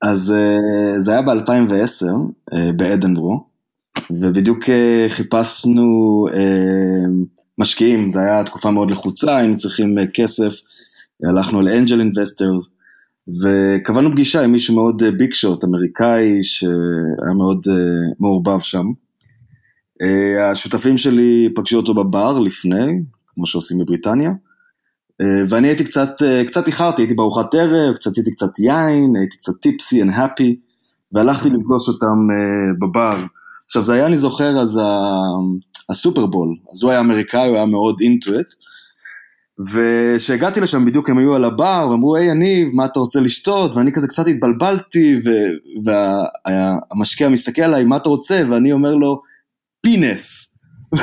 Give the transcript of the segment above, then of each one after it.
אז זה היה ב-2010 באדנברו, ובדיוק חיפשנו משקיעים, זה היה תקופה מאוד לחוצה, היינו צריכים כסף, הלכנו לאנג'ל אינבסטרס, וקבענו פגישה עם מישהו מאוד ביג שוט, אמריקאי, שהיה מאוד מעורבב שם. השותפים שלי פגשו אותו בבר לפני, כמו שעושים בבריטניה, ואני הייתי קצת איחרתי, הייתי בארוחת ערב, הייתי קצת יין, הייתי קצת טיפסי and happy, והלכתי לפגוש אותם בבר. עכשיו זה היה, אני זוכר, אז הסופרבול, אז הוא היה אמריקאי, הוא היה מאוד into it, ושהגעתי לשם בדיוק הם היו על הבר, ואמרו, היי יניב, מה אתה רוצה לשתות? ואני כזה קצת התבלבלתי, והמשקיע מסתכל עליי, מה אתה רוצה? ואני אומר לו, פינס.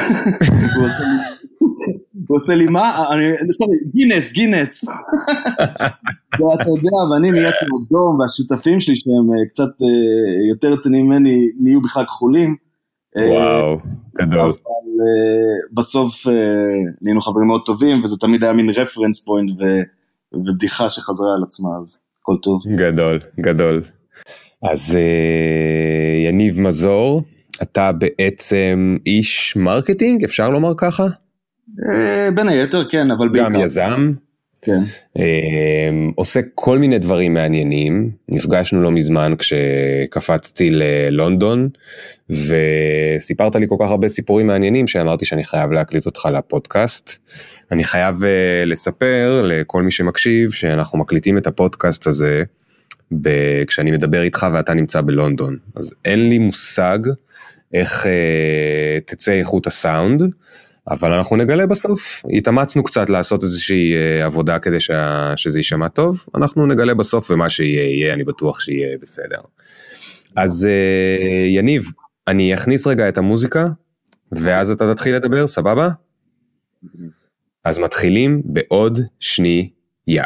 הוא עושה לי מה? גינס. ואתה יודע, ואני נהייתי אדום, והשותפים שלי שהם קצת יותר רציניים ממני, נהיו בכלל כחולים. וואו, גדול. בסוף נהיינו חברים מאוד טובים, וזה תמיד היה מין רפרנס פוינט ובדיחה שחזרה על עצמה, אז הכל טוב. גדול. אז יניב מזור, אתה בעצם איש מרקטינג, אפשר לומר ככה? בין היתר, כן, אבל בעיקר. גם יזם. כן. עושה כל מיני דברים מעניינים, נפגשנו לא מזמן כשקפצתי ללונדון, וסיפרת לי כל כך הרבה סיפורים מעניינים, שאמרתי שאני חייב להקליט אותך לפודקאסט. אני חייב לספר לכל מי שמקשיב, שאנחנו מקליטים את הפודקאסט הזה, כשאני מדבר איתך ואתה נמצא בלונדון, אז אין לי מושג איך תצא איכות הסאונד, אבל אנחנו נגלה בסוף, התאמצנו קצת לעשות איזושהי עבודה כדי שזה יישמע טוב, אנחנו נגלה בסוף ומה שיהיה, אני בטוח שיהיה בסדר. אז יניב, אני אכניס רגע את המוזיקה, ואז אתה תתחיל לדבר, סבבה? אז מתחילים בעוד שנייה.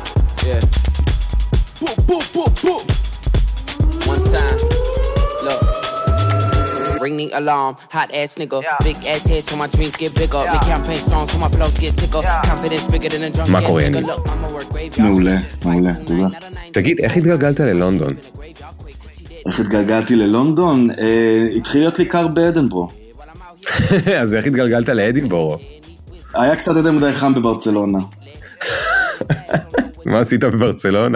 Ring the alarm, hot ass nigga, big ass head so my dreams get bigger, make campaign strong so my flows get sicker, confidence bigger than a drunk מה קורה יניב? מעולה, תודה. תגיד, איך התגלגלת ללונדון? איך התגלגלתי ללונדון? התחיל להיות לי קר באדנברו. אז איך התגלגלת לאדינבורו? היה קצת יותר מדי חם בברצלונה. מה עשית בברצלונה?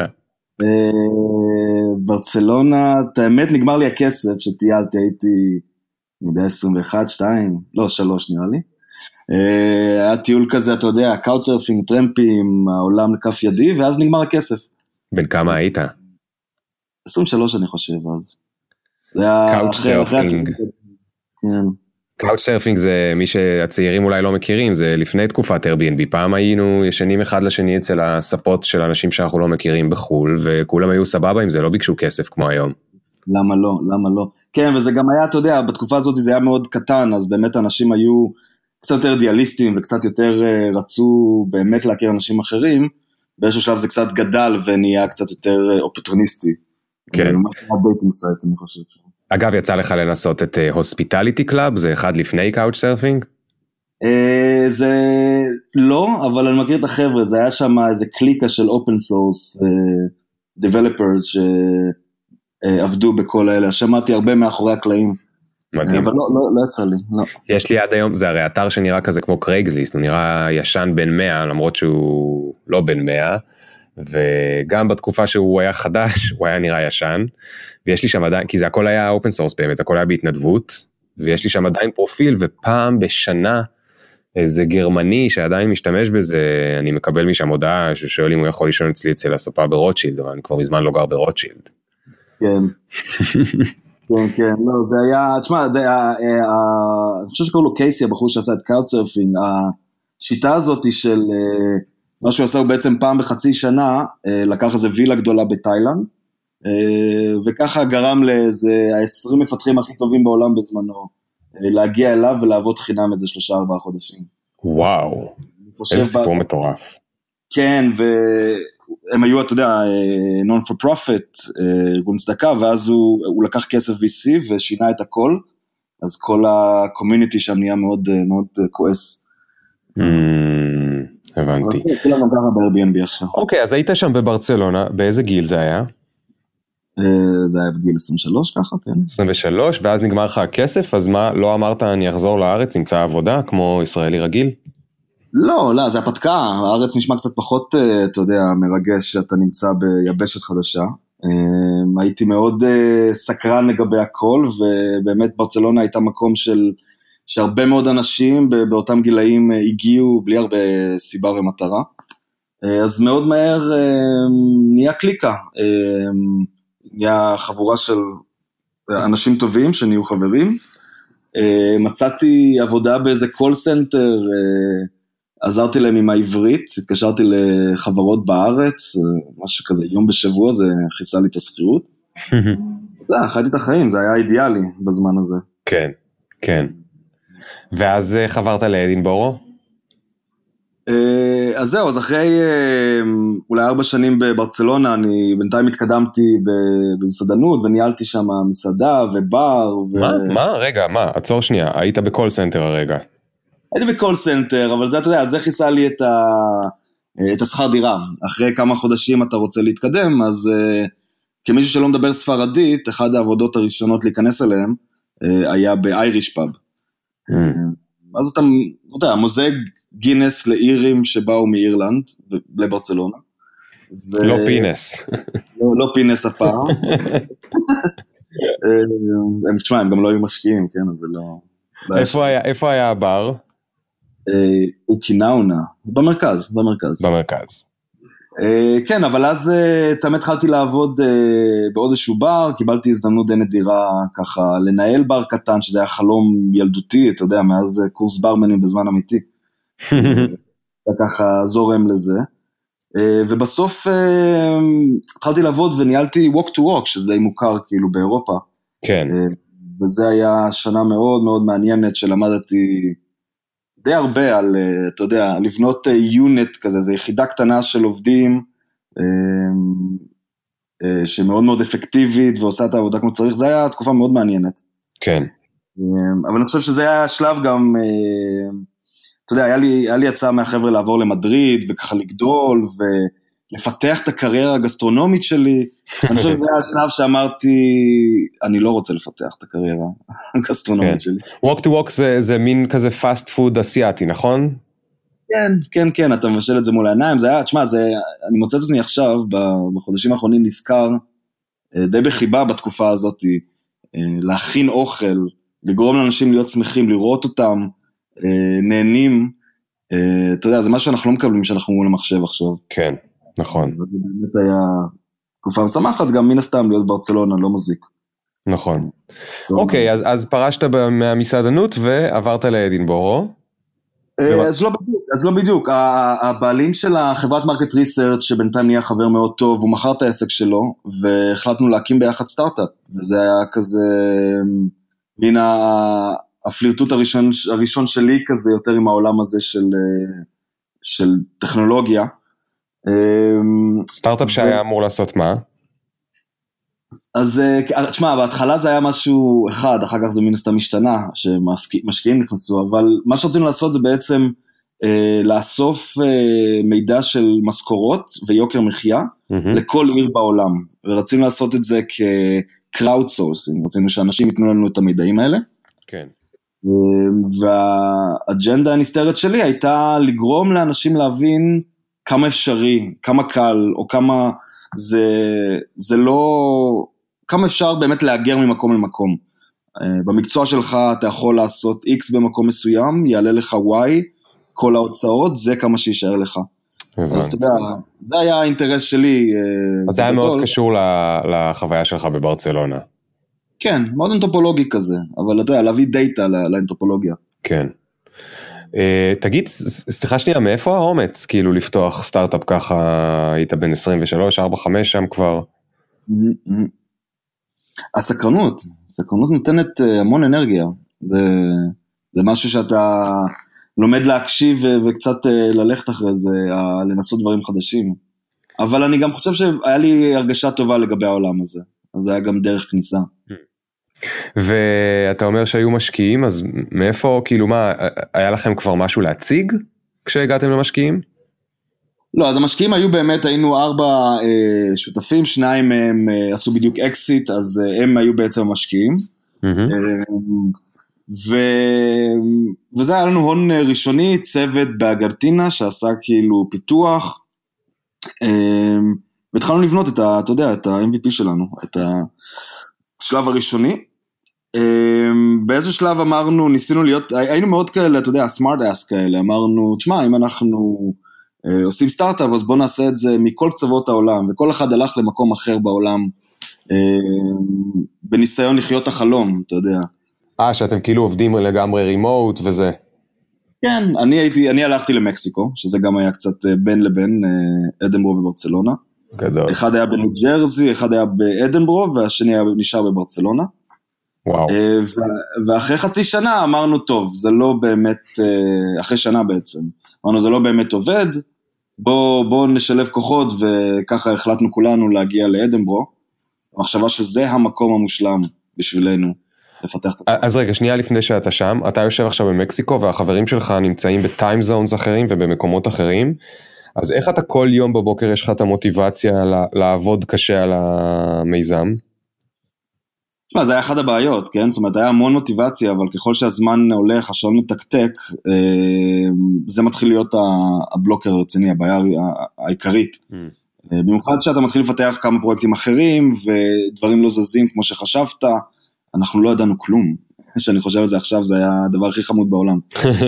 ברצלונה, האמת נגמר לי הכסף שטיילתי, הייתי 21, 2, לא 3 נראה לי. היה טיול כזה, אתה יודע, קאוצ'סרפינג, טרמפים, העולם לכף ידי, ואז נגמר הכסף. בן כמה היית? 23 אני חושב אז. קאוצ'סרפינג. כן. קאוצ'סרפינג זה מי שהצעירים אולי לא מכירים, זה לפני תקופת Airbnb, פעם היינו ישנים אחד לשני אצל הספות של אנשים שאנחנו לא מכירים בחול, וכולם היו סבבה עם זה, לא ביקשו כסף כמו היום. למה לא? כן, וזה גם היה, אתה יודע, בתקופה הזאת זה היה מאוד קטן, אז באמת אנשים היו קצת יותר אידיאליסטים, וקצת יותר רצו באמת להכיר אנשים אחרים, באיזשהו שלב זה קצת גדל, ונהיה קצת יותר אופורטוניסטי. כן. ממש דייטינג סייט, אני חושב. אגב, יצא לך לנסות את הוספיטליטי קלאב, זה אחד לפני קאוצ'סרפינג? זה לא, אבל אני מכיר את החבר'ה, זה היה שם איזה קליקה של אופן סורס, developers שעבדו בכל האלה, שמעתי הרבה מאחורי הקלעים, מדהים. אבל לא יצא לי, לא. יש לי עד היום, זה הרי אתר שנראה כזה כמו קרייגסליסט, הוא נראה ישן בן 100, למרות שהוא לא בן 100, וגם בתקופה שהוא היה חדש, הוא היה נראה ישן, ויש לי שם עדיין, כי זה הכל היה אופן סורס באמת, הכל היה בהתנדבות, ויש לי שם עדיין פרופיל, ופעם בשנה, איזה גרמני שעדיין משתמש בזה, אני מקבל משם הודעה, ששואל אם הוא יכול לישון אצלי אצל הספה ברוטשילד, אבל אני כבר מזמן לא גר ברוטשילד. כן. כן, לא, זה היה, תשמע, אני חושב שקוראים לו קייסי, הבחור שעשה את קאוצ'סרפינג, השיטה הזאת של, מה שהוא עשה הוא בעצם פעם בחצי שנה, לקח איזה וילה גדולה בתאילנד, וככה גרם לאיזה 20 מפתחים הכי טובים בעולם בזמנו, להגיע אליו ולעבוד חינם איזה 3-4 חודשים. וואו, איזה סיפור מטורף. כן, והם היו, אתה יודע, non for profit, ארגון צדקה, ואז הוא לקח כסף VC ושינה את הכל, אז כל הקומיוניטי שם נהיה מאוד מאוד כועס. הבנתי. כולם גם ככה ב-Airbnb עכשיו. אוקיי, אז היית שם בברצלונה, באיזה גיל זה היה? זה היה בגיל 23 ככה, כן. 23, ואז נגמר לך הכסף, אז מה, לא אמרת אני אחזור לארץ, נמצא עבודה, כמו ישראלי רגיל? לא, זה הפתקה, הארץ נשמע קצת פחות, אתה יודע, מרגש שאתה נמצא ביבשת חדשה. הייתי מאוד סקרן לגבי הכל, ובאמת ברצלונה הייתה מקום שהרבה מאוד אנשים באותם גילאים הגיעו בלי הרבה סיבה ומטרה. אז מאוד מהר נהיה קליקה, נהיה חבורה של אנשים טובים שנהיו חברים. מצאתי עבודה באיזה קול סנטר, עזרתי להם עם העברית, התקשרתי לחברות בארץ, משהו כזה, יום בשבוע, זה חיסה לי את הסחירות. חייתי את החיים, זה היה אידיאלי בזמן הזה. כן, כן. ואז חברת לאדינבורו? אז זהו, אז אחרי אולי 4 שנים בברצלונה, אני בינתיים התקדמתי במסעדנות, וניהלתי שם מסעדה ובר. מה? רגע, מה? עצור שנייה, היית בקול סנטר הרגע. הייתי בקול סנטר, אבל זה, אתה יודע, זה חיסה לי את השכר דירה. אחרי כמה חודשים אתה רוצה להתקדם, אז כמישהו שלא מדבר ספרדית, אחד העבודות הראשונות להיכנס אליהם, היה באייריש פאב. אז אתה יודע, מוזג גינס לאירים שבאו מאירלנד, לברצלונה. לא פינס. לא פינס הפעם. הם גם לא היו משקיעים, כן, אז זה לא... איפה היה הבר? אוקינאונה, במרכז. כן, אבל אז תמיד התחלתי לעבוד בעוד איזשהו בר, קיבלתי הזדמנות די נדירה ככה לנהל בר קטן, שזה היה חלום ילדותי, אתה יודע, מאז קורס ברמנים בזמן אמיתי. אתה ככה זורם לזה. ובסוף התחלתי לעבוד וניהלתי walk to walk, שזה די מוכר כאילו באירופה. כן. וזה היה שנה מאוד מאוד מעניינת שלמדתי די הרבה על, אתה יודע, לבנות יונט כזה, זו יחידה קטנה של עובדים, שמאוד מאוד אפקטיבית ועושה את העבודה כמו צריך, זה היה תקופה מאוד מעניינת. כן. אבל אני חושב שזה היה שלב גם, אתה יודע, היה לי הצעה מהחבר'ה לעבור למדריד, וככה לגדול, ולפתח את הקריירה הגסטרונומית שלי. אני חושב שזה היה השלב שאמרתי, אני לא רוצה לפתח את הקריירה הגסטרונומית שלי. Walk to walk זה מין כזה fast food אסיאטי, נכון? כן, אתה מבשל את זה מול העיניים, זה היה, תשמע, אני מוצא את עצמי עכשיו, בחודשים האחרונים נזכר, די בחיבה בתקופה הזאת, להכין אוכל, לגרום לאנשים להיות שמחים, לראות אותם, נהנים, אתה יודע, זה משהו שאנחנו לא מקבלים שאנחנו מול המחשב עכשיו. כן, נכון. זה באמת היה תקופה משמחת, גם מן הסתם להיות ברצלונה, לא מזיק. נכון. אוקיי, אז פרשת מהמסעדנות ועברת לאדינבורו? אז לא בדיוק, הבעלים של החברת מרקט ריסרצ' שבינתיים נהיה חבר מאוד טוב, הוא מכר את העסק שלו, והחלטנו להקים ביחד סטארט-אפ, וזה היה כזה, מן הפלירטוט הראשון שלי כזה, יותר עם העולם הזה של טכנולוגיה. סטארט-אפ שהיה אמור לעשות מה? אז תשמע, בהתחלה זה היה משהו אחד, אחר כך זה מן הסתם משתנה, שמשקיעים נכנסו, אבל מה שרצינו לעשות זה בעצם לאסוף מידע של משכורות ויוקר מחיה לכל עיר בעולם, ורצינו לעשות את זה כ-crowd sourcing, רצינו שאנשים ייתנו לנו את המידעים האלה. כן. והאג'נדה הנסתרת שלי הייתה לגרום לאנשים להבין כמה אפשרי, כמה קל, או כמה זה לא, כמה אפשר באמת להגר ממקום למקום. במקצוע שלך אתה יכול לעשות X במקום מסוים, יעלה לך Y, כל ההוצאות, זה כמה שישאר לך. אז אתה יודע, זה היה האינטרס שלי. אז זה היה מאוד קשור לחוויה שלך בברצלונה. כן, מאוד אנתרופולוגי כזה, אבל אתה יודע, להביא דאטה לאנתרופולוגיה. כן. תגיד, סליחה שנייה, מאיפה האומץ, כאילו לפתוח סטארט-אפ ככה, היית בן 23, 4, 5 שם כבר? הסקרנות נותנת המון אנרגיה, זה משהו שאתה לומד להקשיב וקצת ללכת אחרי זה, לנסות דברים חדשים, אבל אני גם חושב שהיה לי הרגשה טובה לגבי העולם הזה, אז זה היה גם דרך כניסה. ואתה אומר שהיו משקיעים, אז מאיפה, כאילו מה, היה לכם כבר משהו להציג כשהגעתם למשקיעים? לא, אז המשקיעים היו באמת, היינו 4 שותפים, 2 מהם עשו בדיוק אקסיט, אז הם היו בעצם המשקיעים. וזה היה לנו הון ראשוני, צוות בארגנטינה שעשה כאילו פיתוח, והתחלנו לבנות אתה יודע, את ה-MVP שלנו, את השלב הראשוני. באיזה שלב אמרנו, ניסינו להיות, היינו מאוד כאלה, אתה יודע, smart ass כאלה, אמרנו, תשמע, אם אנחנו עושים סטארט-אפ, אז בוא נעשה את זה מכל קצוות העולם, וכל אחד הלך למקום אחר בעולם, בניסיון לחיות את החלום, אתה יודע. שאתם כאילו עובדים לגמרי רימוט וזה. כן, אני הלכתי למקסיקו, שזה גם היה קצת בין לבין, אדנברו וברצלונה. גדול. אחד היה בניו ג'רזי, אחד היה באדנברו, והשני היה נשאר בברצלונה. וואו. ואחרי חצי שנה אמרנו, טוב, זה לא באמת, אחרי שנה בעצם, אמרנו, זה לא באמת עובד, בוא נשלב כוחות, וככה החלטנו כולנו להגיע לאדנברו, המחשבה שזה המקום המושלם בשבילנו, לפתח את זה. אז רגע, שנייה לפני שאתה שם, אתה יושב עכשיו במקסיקו, והחברים שלך נמצאים בטיים זונס אחרים, ובמקומות אחרים, אז איך אתה כל יום בבוקר יש לך את המוטיבציה לעבוד קשה על המיזם? זה היה אחד הבעיות, כן? זאת אומרת, היה המון מוטיבציה, אבל ככל שהזמן הולך, השעון מתקתק, זה מתחיל להיות הבלוקר הרציני, הבעיה העיקרית. במיוחד שאתה מתחיל לפתח כמה פרויקטים אחרים, ודברים לא זזים כמו שחשבת, אנחנו לא ידענו כלום. שאני חושב על זה עכשיו, זה היה הדבר הכי חמוד בעולם.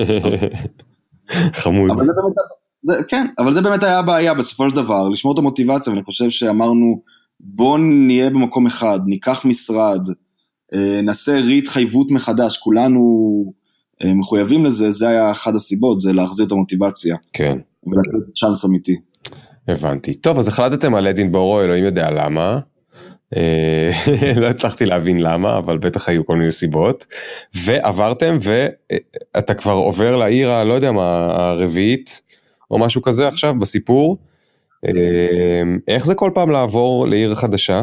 חמוד. כן, אבל זה באמת היה הבעיה בסופו של דבר, לשמור את המוטיבציה, ואני חושב שאמרנו, בוא נהיה במקום אחד, ניקח משרד, נעשה התחייבות מחדש, כולנו מחויבים לזה, זה היה אחד הסיבות, זה להחזיר את המוטיבציה. כן. ולתת צ'אנס אמיתי. הבנתי. טוב, אז החלטתם על אדינבורו, אלוהים יודע למה. לא הצלחתי להבין למה, אבל בטח היו כל מיני סיבות. ועברתם, ואתה כבר עובר לעיר, לא יודע מה, הרביעית, או משהו כזה עכשיו בסיפור. איך זה כל פעם לעבור לעיר חדשה?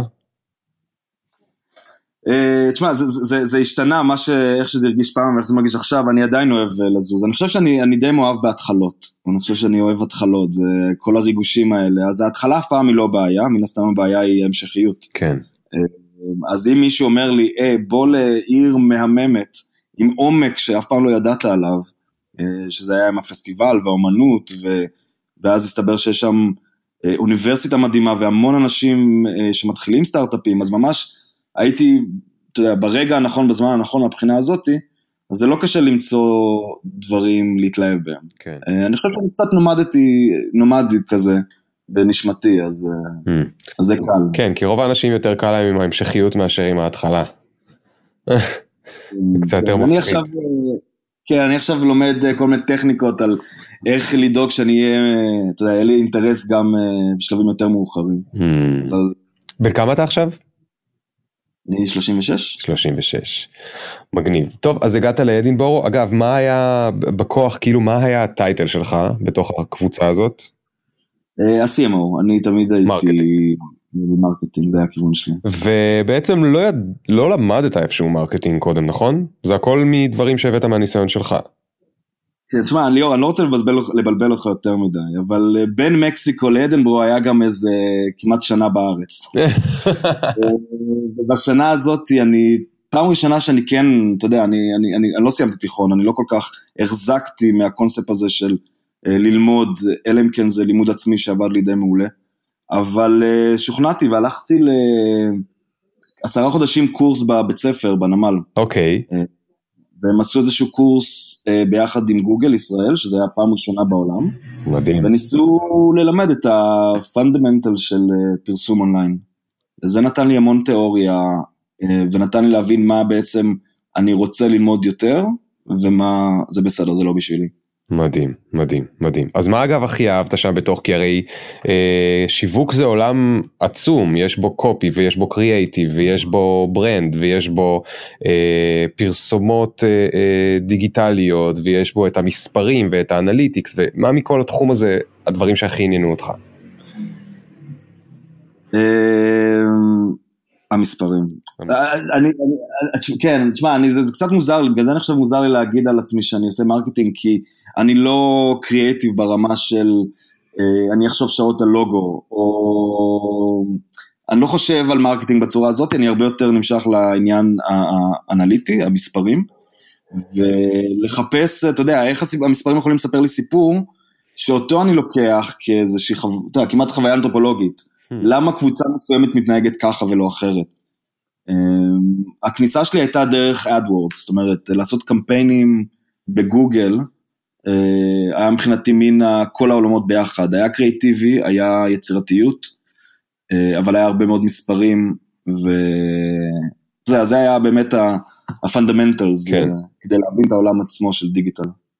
תשמע, זה השתנה, איך שזה הרגיש פעם ואיך זה מרגיש עכשיו, אני עדיין אוהב לזוז. אני חושב שאני די מאוהב בהתחלות, אני חושב שאני אוהב התחלות, זה כל הריגושים האלה, אז ההתחלה אף פעם היא לא בעיה, מן הסתם הבעיה היא המשכיות. כן. אז אם מישהו אומר לי, בוא לעיר מהממת, עם עומק שאף פעם לא ידעת עליו, שזה היה עם הפסטיבל והאומנות, ואז הסתבר שיש שם אוניברסיטה מדהימה, והמון אנשים שמתחילים סטארט-אפים, אז ממש הייתי, אתה יודע, ברגע הנכון, בזמן הנכון, מהבחינה הזאת, אז זה לא קשה למצוא דברים להתלהב בהם. כן. אני חושב שאני קצת נומדי כזה, בנשמתי, אז זה קל. כן, כי רוב האנשים יותר קל להם עם ההמשכיות מאשר עם ההתחלה. קצת יותר מפחיד. כן, אני עכשיו לומד כל מיני טכניקות על איך לדאוג שאני אהיה, אתה יודע, יהיה לי אינטרס גם בשלבים יותר מאוחרים. בן כמה אתה עכשיו? אני 36. 36. מגניב. טוב, אז הגעת לאדינבורו. אגב, מה היה בכוח, כאילו מה היה הטייטל שלך בתוך הקבוצה הזאת? ה-CMO, אני תמיד הייתי במרקטינג, זה היה הכיוון שלי. ובעצם לא למדת איפשהו מרקטינג קודם, נכון? זה הכל מדברים שהבאת מהניסיון שלך. כן, תשמע, ליאור, אני לא רוצה לבלבל אותך יותר מדי, אבל בין מקסיקו לאדנבורו היה גם איזה כמעט שנה בארץ. ובשנה הזאת, פעם ראשונה שאני כן, אתה יודע, אני לא סיימתי תיכון, אני לא כל כך החזקתי מהקונספט הזה של ללמוד, אלא אם כן זה לימוד עצמי שעבד לי די מעולה, אבל שוכנעתי והלכתי 10 חודשים קורס בבית ספר, בנמל. אוקיי. והם עשו איזשהו קורס ביחד עם גוגל ישראל, שזה היה פעם ראשונה בעולם. מדהים. וניסו ללמד את הפונדמנטל של פרסום אונליין. וזה נתן לי המון תיאוריה, ונתן לי להבין מה בעצם אני רוצה ללמוד יותר, ומה זה בסדר, זה לא בשבילי. מדהים, מדהים, מדהים. אז מה אגב הכי אהבת שם בתוך, כי הרי שיווק זה עולם עצום, יש בו קופי ויש בו קריאייטיב ויש בו ברנד ויש בו פרסומות דיגיטליות ויש בו את המספרים ואת האנליטיקס, ומה מכל התחום הזה הדברים שהכי עניינו אותך? המספרים. כן, תשמע, זה קצת מוזר לי, בגלל זה אני חושב מוזר לי להגיד על עצמי שאני עושה מרקטינג, כי אני לא קריאייטיב ברמה של אני אחשוב שעות על לוגו, או אני לא חושב על מרקטינג בצורה הזאת, אני הרבה יותר נמשך לעניין האנליטי, המספרים, ולחפש, אתה יודע, איך המספרים יכולים לספר לי סיפור, שאותו אני לוקח כאיזושהי, אתה יודע, כמעט חוויה אנתרופולוגית, למה קבוצה מסוימת מתנהגת ככה ולא אחרת. הכניסה שלי הייתה דרך AdWords, זאת אומרת, לעשות קמפיינים בגוגל, היה מבחינתי מין כל העולמות ביחד, היה קריאטיבי, היה יצירתיות, אבל היה הרבה מאוד מספרים, וזה היה באמת הפונדמנטלס, כדי להבין את העולם עצמו של דיגיטל.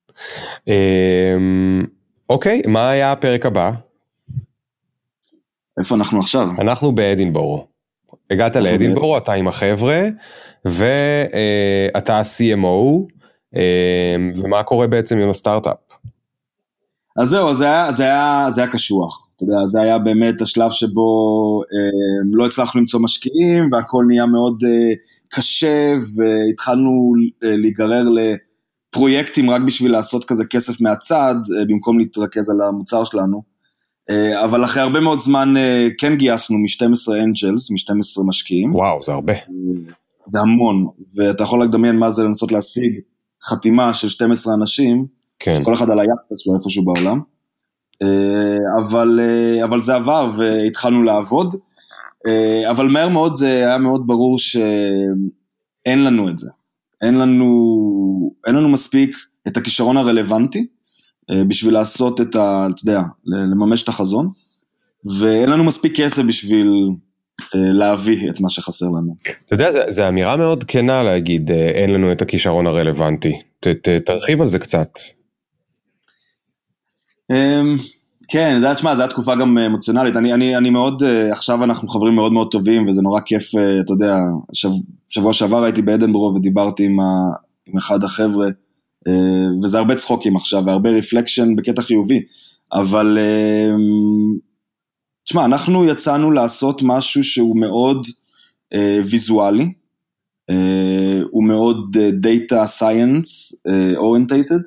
אוקיי, מה היה הפרק הבא? איפה אנחנו עכשיו? אנחנו באדינבורו. הגעת לאדינבורו, אתה עם החבר'ה, ואתה CMO, ומה קורה בעצם עם הסטארט-אפ? אז זהו, זה היה קשוח, אתה יודע, זה היה באמת השלב שבו לא הצלחנו למצוא משקיעים, והכל נהיה מאוד קשה, והתחלנו להיגרר לפרויקטים רק בשביל לעשות כזה כסף מהצד, במקום להתרכז על המוצר שלנו, אבל אחרי הרבה מאוד זמן כן גייסנו מ-12 אנג'לס, מ-12 משקיעים. וואו, זה הרבה. זה המון, ואתה יכול לדמיין מה זה לנסות להשיג חתימה של 12 אנשים, כן. כל אחד על היחד שלו איפשהו בעולם, אבל זה עבר והתחלנו לעבוד, אבל מהר מאוד זה היה מאוד ברור שאין לנו את זה, אין לנו מספיק את הכישרון הרלוונטי, בשביל לעשות את אתה יודע, לממש את החזון, ואין לנו מספיק כסף בשביל להביא את מה שחסר לנו. אתה יודע, זה אמירה מאוד כנה להגיד, אין לנו את הכישרון הרלוונטי, תרחיב על זה קצת. כן, זה היה תקופה גם אמוציונלית, אני מאוד, עכשיו אנחנו חברים מאוד מאוד טובים, וזה נורא כיף, אתה יודע, שבוע שעבר הייתי באדינבורו, ודיברתי עם אחד החבר'ה, וזה הרבה צחוקים עכשיו, והרבה רפלקשן בקטע חיובי, אבל, תשמע, אנחנו יצאנו לעשות משהו שהוא מאוד ויזואלי, הוא מאוד data science orientated,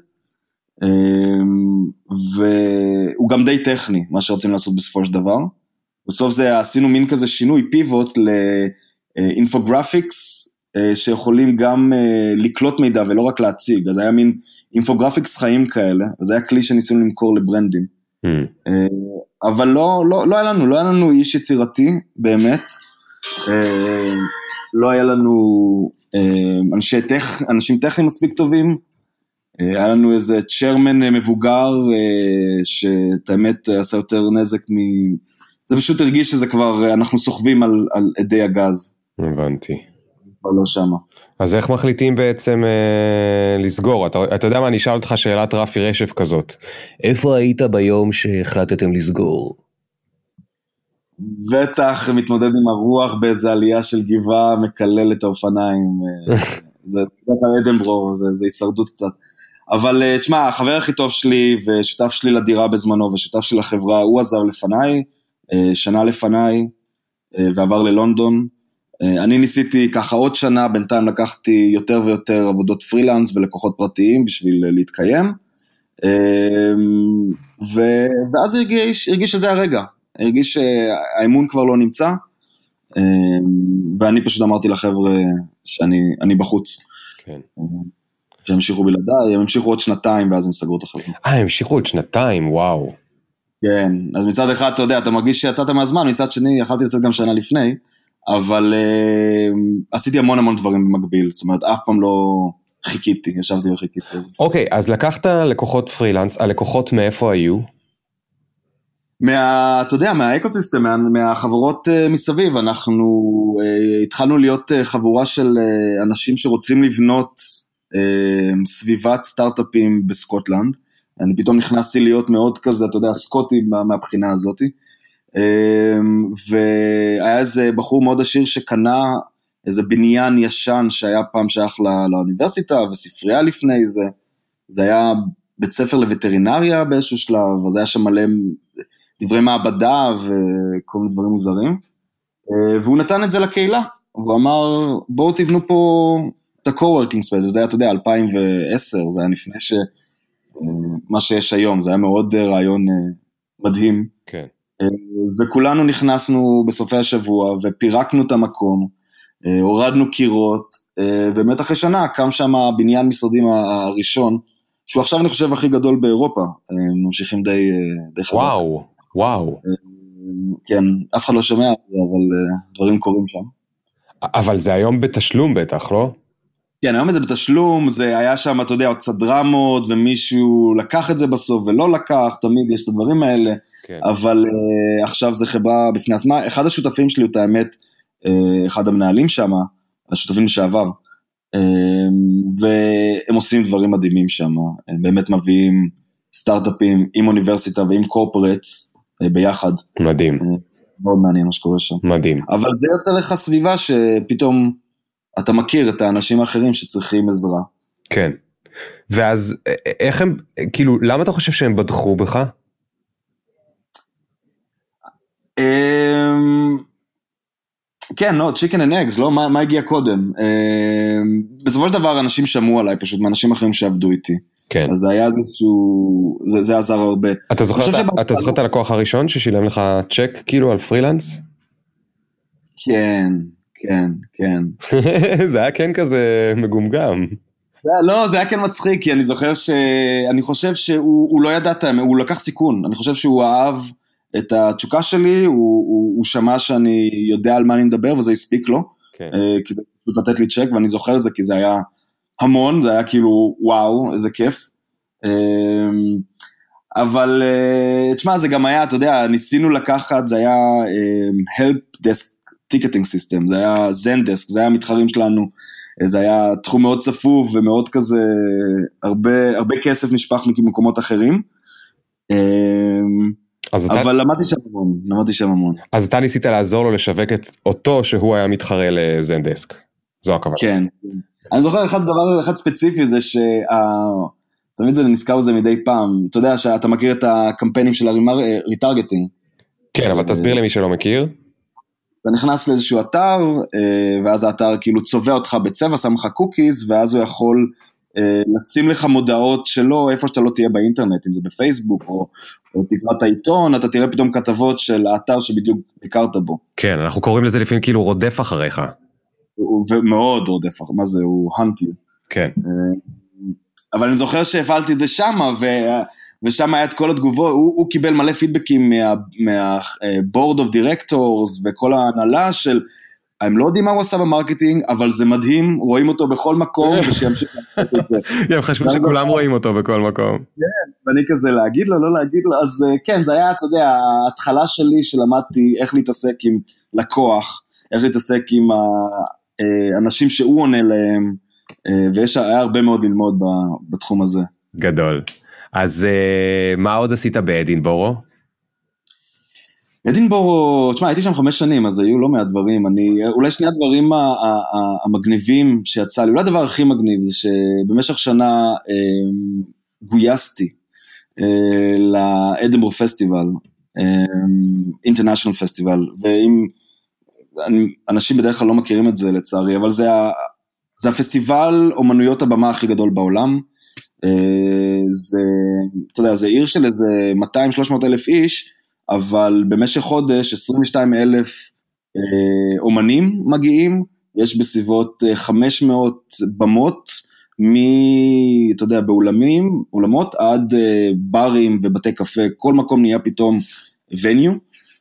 והוא גם די טכני, מה שרצינו לעשות בסופו של דבר. בסוף זה עשינו מין כזה שינוי פיבוט לאינפוגרפיקס, שיכולים גם לקלוט מידע ולא רק להציג, אז היה מין אינפוגרפיקס חיים כאלה, אז היה כלי שניסינו למכור לברנדים. אבל לא היה לנו איש יצירתי באמת, לא היה לנו אנשים טכניים מספיק טובים, היה לנו איזה צ'רמן מבוגר, שאת האמת עשה יותר נזק זה פשוט הרגיש שזה כבר, אנחנו סוחבים על עדי הגז. הבנתי. אבל לא שמה. אז איך מחליטים בעצם לסגור? אתה יודע מה, אני אשאל אותך שאלת רפי רשף כזאת. איפה היית ביום שהחלטתם לסגור? בטח מתמודד עם הרוח באיזו עלייה של גבעה, מקלל את האופניים. זה אדינבורו, זה הישרדות קצת. אבל תשמע, החבר הכי טוב שלי ושותף שלי לדירה בזמנו ושותף שלי לחברה, הוא עזב לפניי, שנה לפניי, ועבר ללונדון. אני ניסיתי ככה עוד שנה, בינתיים לקחתי יותר ויותר עבודות פרילנס ולקוחות פרטיים בשביל להתקיים, ואז הרגיש שזה הרגע, הרגיש שהאמון כבר לא נמצא, ואני פשוט אמרתי לחבר'ה שאני בחוץ. כן. שהם המשיכו בלעדיי, הם המשיכו עוד שנתיים, ואז הם סגרו את החברה. הם המשיכו עוד שנתיים, וואו. כן, אז מצד אחד, אתה יודע, אתה מרגיש שיצאת מהזמן, מצד שני, יכלתי לצאת גם שנה לפני, אבל עשיתי המון דברים במקביל, זאת אומרת, אף פעם לא חיכיתי, ישבתי וחיכיתי. אוקיי, אז לקחת לקוחות פרילנס, הלקוחות מאיפה היו? אתה יודע, מהאקוסיסטם, מהחברות מסביב, אנחנו התחלנו להיות חבורה של אנשים שרוצים לבנות סביבת סטארט-אפים בסקוטלנד, אני פתאום נכנסתי להיות מאוד כזה, אתה יודע, סקוטי מהבחינה הזאת, והיה איזה בחור מאוד עשיר שקנה איזה בניין ישן שהיה פעם שייך לאוניברסיטה, וספרייה לפני זה, זה היה בית ספר לווטרינריה באיזשהו שלב, אז היה שם מלא דברי מעבדה וכל מיני דברים מוזרים, והוא נתן את זה לקהילה, הוא אמר, בואו תבנו פה את ה-co-working space, וזה היה, אתה יודע, 2010, זה היה לפני מה שיש היום, זה היה מאוד רעיון מדהים. כן. וכולנו נכנסנו בסופי השבוע, ופירקנו את המקום, הורדנו קירות, ובאמת אחרי שנה קם שם בניין משרדים הראשון, שהוא עכשיו אני חושב הכי גדול באירופה, ממשיכים די חזק. וואו. כן, אף אחד לא שומע, אבל דברים קורים שם. אבל זה היום בתשלום בטח, לא? כן, היום זה בתשלום, זה היה שם, אתה יודע, עוד קצת דרמות, ומישהו לקח את זה בסוף ולא לקח, תמיד יש את הדברים האלה, כן. אבל עכשיו זה חברה בפני עצמה, אחד השותפים שלי הוא את האמת, אחד המנהלים שם, השותפים לשעבר, והם עושים דברים מדהימים שם, הם באמת מביאים סטארט-אפים עם אוניברסיטה ועם קורפורטס ביחד. מדהים. מאוד מעניין מה שקורה שם. מדהים. אבל זה יוצא לך סביבה שפתאום אתה מכיר את האנשים האחרים שצריכים עזרה. כן. ואז איך הם, כאילו, למה אתה חושב שהם בדחו בך? כן, לא, chicken and eggs, לא, מה הגיע קודם? בסופו של דבר אנשים שמעו עליי פשוט, מאנשים אחרים שעבדו איתי. כן. אז זה היה איזשהו, זה עזר הרבה. אתה זוכר את הלקוח הראשון ששילם לך צ'ק כאילו על פרילנס? כן. זה היה כן כזה מגומגם. לא, זה היה כן מצחיק, כי אני חושב שהוא לא ידע, הוא לקח סיכון, אני חושב שהוא אהב את התשוקה שלי, הוא שמע שאני יודע על מה אני מדבר, וזה הספיק לו, כדי לתת לי צ'ק, ואני זוכר את זה, כי זה היה המון, זה היה כאילו, וואו, איזה כיף. אבל, תשמע, זה גם היה, אתה יודע, ניסינו לקחת, זה היה help desk ticketing system, זה היה Zendesk, זה היה מתחרים שלנו, זה היה תחום מאוד צפוף, ומאוד כזה, הרבה כסף נשפך ממקומות אחרים. אבל למדתי שם המון. אז אתה ניסית לעזור לו לשווק את אותו שהוא היה מתחרה לזנדסק. זו הכוונה. כן. אני זוכר דבר אחד ספציפי, זה תמיד זה נזכר בזה מדי פעם. אתה יודע שאתה מכיר את הקמפיינים של הריטרגטינג. כן, אבל תסביר למי שלא מכיר. אתה נכנס לאיזשהו אתר, ואז האתר כאילו צובע אותך בצבע, שם לך קוקיז, ואז הוא יכול לשים לך מודעות שלו, איפה שאתה לא תהיה באינטרנט, אם זה בפייסבוק, או תקרא את העיתון, אתה תראה פתאום כתבות של האתר שבדיוק הכרת בו. כן, אנחנו קוראים לזה לפעמים כאילו רודף אחריך. ומאוד רודף אחריך, מה זה, הוא הנטי. כן. אבל אני זוכר שהפעלתי את זה שמה, ושם היה את כל התגובות, הוא קיבל מלא פידבקים מה-board of directors, וכל ההנהלה של, הם לא יודעים מה הוא עושה במרקטינג, אבל זה מדהים, רואים אותו בכל מקום, ושימשיך לעשות את זה. הם חשבו שכולם רואים אותו בכל מקום. כן, ואני כזה להגיד לו, לא להגיד לו, אז כן, זה היה, אתה יודע, ההתחלה שלי שלמדתי איך להתעסק עם לקוח, איך להתעסק עם האנשים שהוא עונה להם, והיה הרבה מאוד ללמוד בתחום הזה. גדול. אז מה עוד עשית באדינבורו? אדינבורו, תשמע, הייתי שם 5 שנים, אז היו לא מעט דברים, אולי שני הדברים המגניבים שיצא לי, אולי הדבר הכי מגניב, זה שבמשך שנה גויסתי לאדינבורו פסטיבל, אינטרנשיונל פסטיבל, ואם אנשים בדרך כלל לא מכירים את זה לצערי, אבל זה הפסטיבל אומנויות הבמה הכי גדול בעולם, אתה יודע, זה עיר של איזה 200-300 אלף איש, אבל במשך חודש 22,000 אומנים מגיעים, יש בסביבות 500 במות, אתה יודע, באולמות עד ברים ובתי קפה, כל מקום נהיה פתאום וניו,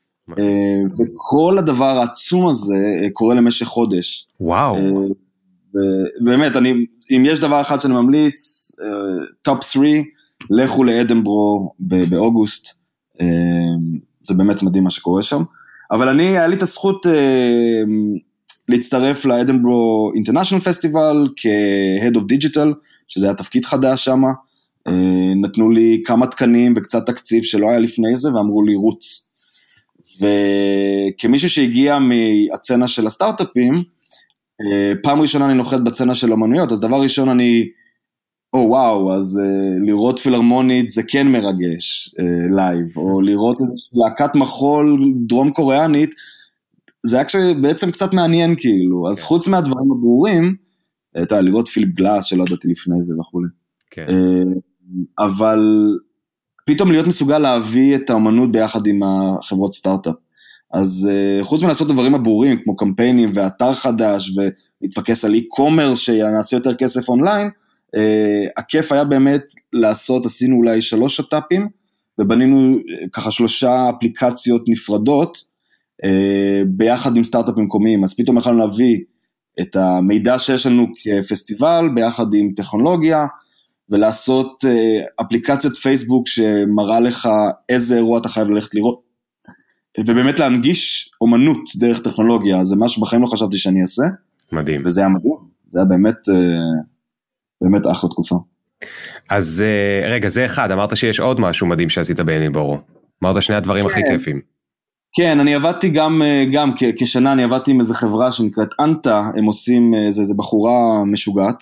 וכל הדבר העצום הזה קורה למשך חודש. וואו. באמת, אם יש דבר אחד שאני ממליץ, טופ 3, לכו לאדינבורו באוגוסט, זה באמת מדהים מה שקורה שם, אבל היה לי את הזכות להצטרף לאדינבורו אינטרנשיונל פסטיבל כ-Head of Digital, שזה היה תפקיד חדש שם, נתנו לי כמה תקנים וקצת תקציב שלא היה לפני זה, ואמרו לי רוץ, וכמישהו שהגיע מהצנה של הסטארט-אפים, פעם ראשונה אני נוחת בצנה של אמנויות, אז דבר ראשון וואו, אז לראות פילהרמונית זה כן מרגש, לייב, או לראות להקת מחול דרום קוריאנית, זה היה בעצם קצת מעניין כאילו, אז חוץ מהדברים הברורים, לראות פיליפ גלאס שלא ידעתי לפני זה וכו'. אבל פתאום להיות מסוגל להביא את האמנות ביחד עם החברות סטארט-אפ. אז חוץ מלעשות דברים הברורים, כמו קמפיינים ואתר חדש, ולהתפקס על e-commerce שנעשה יותר כסף אונליין, הכיף היה באמת לעשות, עשינו אולי 3 שטאפים, ובנינו ככה 3 אפליקציות נפרדות, ביחד עם סטארט-אפים מקומיים, אז פתאום יכולנו להביא את המידע שיש לנו כפסטיבל, ביחד עם טכנולוגיה, ולעשות אפליקציית פייסבוק שמראה לך איזה אירוע אתה חייב ללכת לראות, ובאמת להנגיש אומנות דרך טכנולוגיה, זה מה שבחיים לא חשבתי שאני אעשה. מדהים. וזה היה מדהים, זה היה באמת אחלה תקופה. אז רגע, זה אחד, אמרת שיש עוד משהו מדהים שעשית באדינבורו, אמרת שני הדברים הכי כיפים. כן, אני עבדתי גם כשנה, אני עבדתי עם איזו חברה שנקראת אנטה, הם עושים, זה בחורה משוגעת,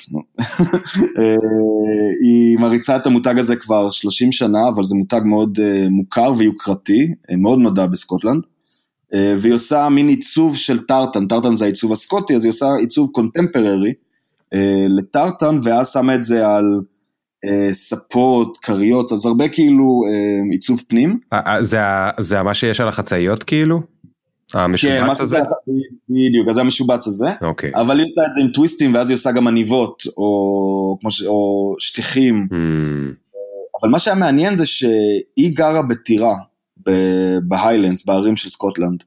היא מריצה את המותג הזה כבר 30 שנה, אבל זה מותג מאוד מוכר ויוקרתי, מאוד נודע בסקוטלנד, והיא עושה מין עיצוב של טרטן, טרטן זה העיצוב הסקוטי, אז היא עושה עיצוב קונטמפררי לטרטן, ואז שמה את זה על ספות, קריות, אז הרבה כאילו עיצוב פנים. זה מה שיש על החצאיות כאילו? המשובץ הזה? בדיוק, אז זה המשובץ הזה, אבל היא עושה את זה עם טוויסטים, ואז היא עושה גם עניבות, או שטיחים, אבל מה שהיה מעניין זה שהיא גרה בטירה, בהיילנדס, בערים של סקוטלנד,